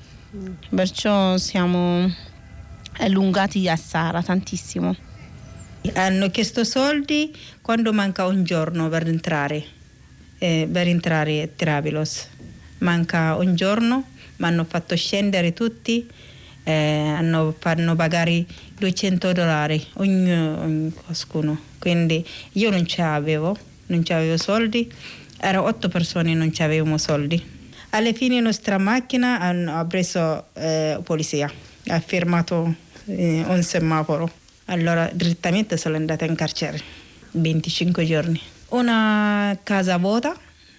perciò siamo allungati a Sara tantissimo. Hanno chiesto soldi quando manca un giorno per entrare eh, per entrare a Travilos, manca un giorno, mi hanno fatto scendere tutti, eh, hanno fanno pagare duecento dollari ogni, ogni ciascuno, quindi io non ce l'avevo, non c'avevo soldi, erano otto persone, non c'avevamo soldi. Alla fine la nostra macchina ha preso eh, polizia, ha fermato eh, un semaforo, allora direttamente sono andata in carcere venticinque giorni. Una casa vuota,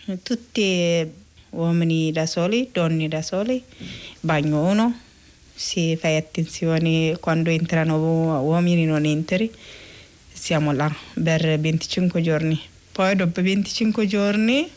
tutti uomini da soli, donne da soli, bagno uno, si fa attenzione quando entrano uomini, non entri, siamo là per venticinque giorni. Poi dopo venticinque giorni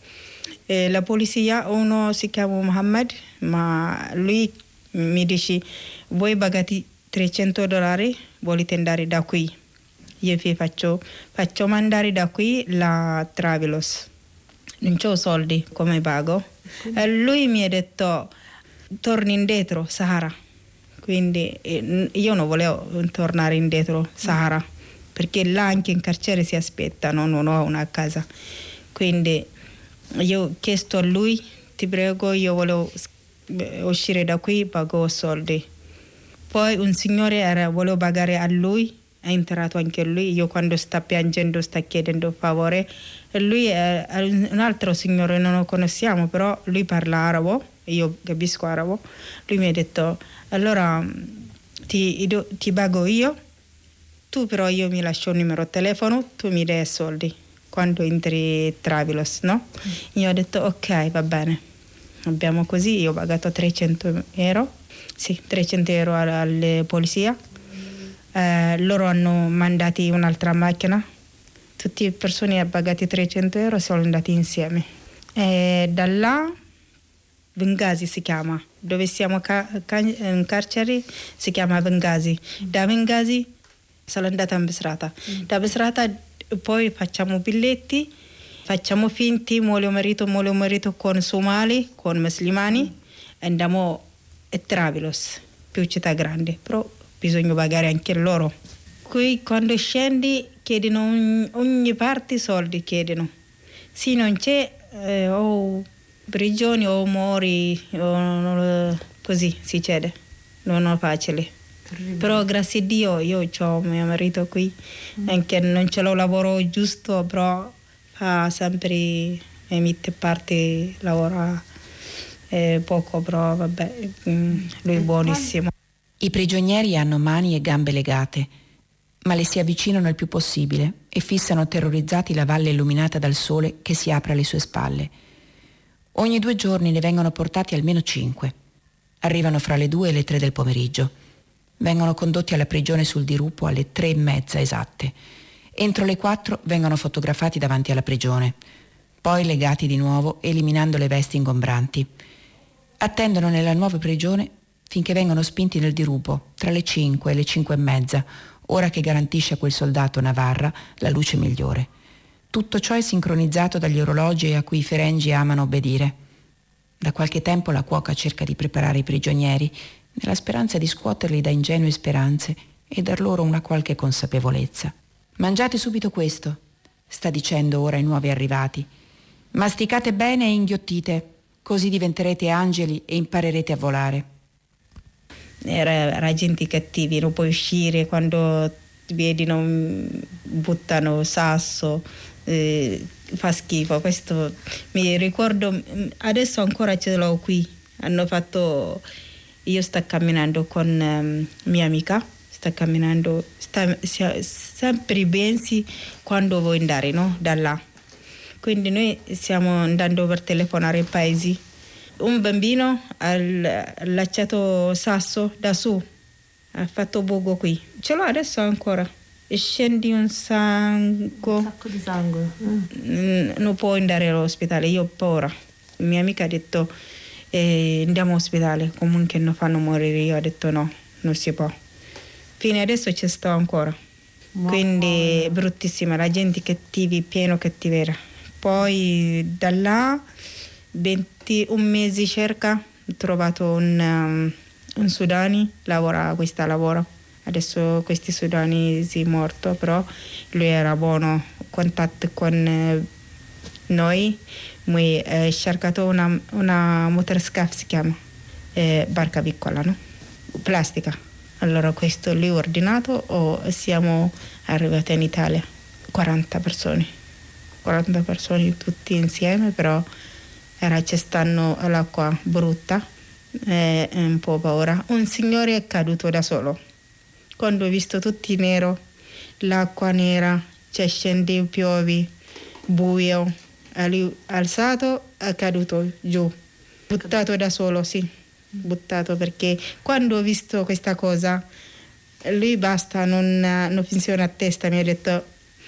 eh, la polizia, uno si chiama Mohammed, ma lui mi dice: voi pagate trecento dollari, volete andare da qui? Io vi faccio, faccio mandare da qui la Travilos. Non c'ho soldi, come pago? E lui mi ha detto: torni indietro, Sahara. Quindi eh, io non volevo tornare indietro, Sahara, perché là anche in carcere si aspettano, non ho una casa. Quindi io ho chiesto a lui: ti prego, io volevo uscire da qui, pago soldi. Poi un signore era, volevo pagare a lui, è entrato anche lui. Io quando sta piangendo, sta chiedendo favore, e lui è un altro signore, non lo conosciamo, però lui parla arabo, io capisco arabo. Lui mi ha detto: allora ti, ti pago io, tu però io mi lascio il numero telefono, tu mi dai soldi quando entri Travilos, no? Mm. Io ho detto ok, va bene. Abbiamo così, io ho pagato trecento euro, sì, trecento euro alle polizia. Eh, loro hanno mandati un'altra macchina, tutte le persone hanno pagato trecento euro, sono andati insieme. E da là Bengasi si chiama, dove siamo ca- ca- in carcere si chiama Bengasi. Da Bengasi sono andata in Misrata. Da Misrata poi facciamo biglietti, facciamo finti, muoio marito, muoio marito con somali, con muslimani, andiamo a Travilos, più città grande, però bisogna pagare anche loro. Qui quando scendi chiedono ogni, ogni parte soldi, chiedono. Se non c'è eh, o prigioni o muori o non, così si cede, non è facile. Terribile. Però grazie a Dio io ho mio marito qui, mm. anche non ce l'ho lavoro giusto, però fa sempre e mette parte, lavora eh, poco, però vabbè, mm, lui è buonissimo. I prigionieri hanno mani e gambe legate, ma le si avvicinano il più possibile e fissano terrorizzati la valle illuminata dal sole che si apre alle sue spalle. Ogni due giorni ne vengono portati almeno cinque. Arrivano fra le due e le tre del pomeriggio. Vengono condotti alla prigione sul dirupo alle tre e mezza esatte. Entro le quattro vengono fotografati davanti alla prigione, poi legati di nuovo eliminando le vesti ingombranti. Attendono nella nuova prigione finché vengono spinti nel dirupo tra le cinque e le cinque e mezza, ora che garantisce a quel soldato Navarra la luce migliore. Tutto ciò è sincronizzato dagli orologi a cui i ferengi amano obbedire. Da qualche tempo la cuoca cerca di preparare i prigionieri nella speranza di scuoterli da ingenue speranze e dar loro una qualche consapevolezza. Mangiate subito questo, sta dicendo ora ai nuovi arrivati. Masticate bene e inghiottite, così diventerete angeli e imparerete a volare. Era, era gente cattivi, non puoi uscire quando vedi, non buttano sasso, eh, fa schifo. Questo mi ricordo, adesso ancora ce l'ho qui. Hanno fatto, io sto camminando con um, mia amica, sto camminando, sta, sempre pensi quando vuoi andare, no? Da là. Quindi noi stiamo andando per telefonare ai paesi. Un bambino ha lasciato sasso da su, ha fatto buco qui. Ce l'ho adesso ancora. E scendi un sangue. Un sacco di sangue. Mm. Non può andare all'ospedale, io ho paura. Mia amica ha detto eh, andiamo all'ospedale, comunque non fanno morire. Io ho detto no, non si può. Fino adesso ci sto ancora. Wow. Quindi bruttissima, la gente cattivi, pieno cattiveria. Poi da là ventuno mesi circa ho trovato un, um, un sudani, lavora, questa lavora. Adesso questi sudani si è morto, però lui era buono, contatto con eh, noi. Mi ha eh, cercato una, una motorscaf, si chiama, eh, barca piccola, no? Plastica. Allora questo lui ha ordinato o siamo arrivati in Italia, quaranta persone. quaranta persone tutti insieme, però era, ci stanno all'acqua brutta, eh, un po' paura. Un signore è caduto da solo. Quando ho visto tutti nero, l'acqua nera, cioè scende, piove, buio, lui alzato, è caduto giù, buttato da solo, sì, buttato, perché quando ho visto questa cosa, lui basta, non, non funziona a testa, mi ha detto,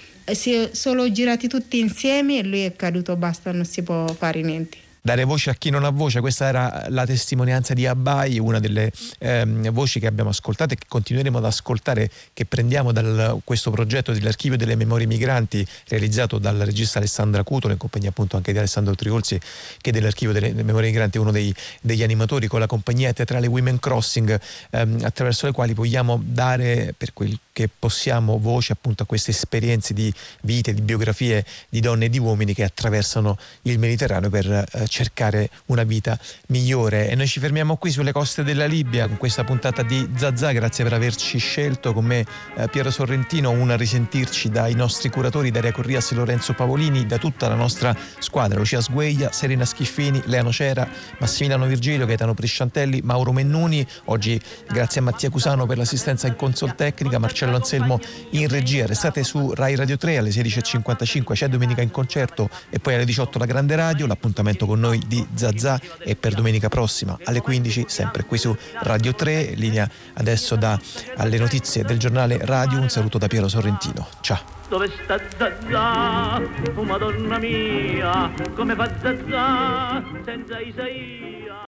si sono girati tutti insieme e lui è caduto, basta, non si può fare niente. Dare voce a chi non ha voce, questa era la testimonianza di Abai, una delle ehm, voci che abbiamo ascoltato e che continueremo ad ascoltare, che prendiamo da questo progetto dell'Archivio delle Memorie Migranti realizzato dal regista Alessandra Cutolo in compagnia appunto anche di Alessandro Triolzi, che dell'Archivio delle Memorie Migranti è uno dei, degli animatori, con la compagnia teatrale Women Crossing, ehm, attraverso le quali vogliamo dare, per quel che possiamo, voce appunto a queste esperienze di vite, di biografie di donne e di uomini che attraversano il Mediterraneo per eh, cercare una vita migliore. E noi ci fermiamo qui sulle coste della Libia con questa puntata di Zazà. Grazie per averci scelto. Con me eh, Piero Sorrentino, un a risentirci dai nostri curatori Daria Corrias e Lorenzo Pavolini, da tutta la nostra squadra: Lucia Sgueglia, Serena Schiffini, Lea Nocera, Massimiliano Virgilio, Gaetano Prisciantelli, Mauro Mennuni. Oggi grazie a Mattia Cusano per l'assistenza in console tecnica, Marcello Anselmo in regia. Restate su Rai Radio tre, alle sedici e cinquantacinque c'è Domenica in Concerto e poi alle diciotto la Grande Radio. L'appuntamento con noi di Zazà è per domenica prossima alle quindici, sempre qui su Radio tre. Linea adesso da alle notizie del giornale radio. Un saluto da Piero Sorrentino, ciao. Dove sta Zazà? Oh Madonna mia, come fa Zazà senza Isaia?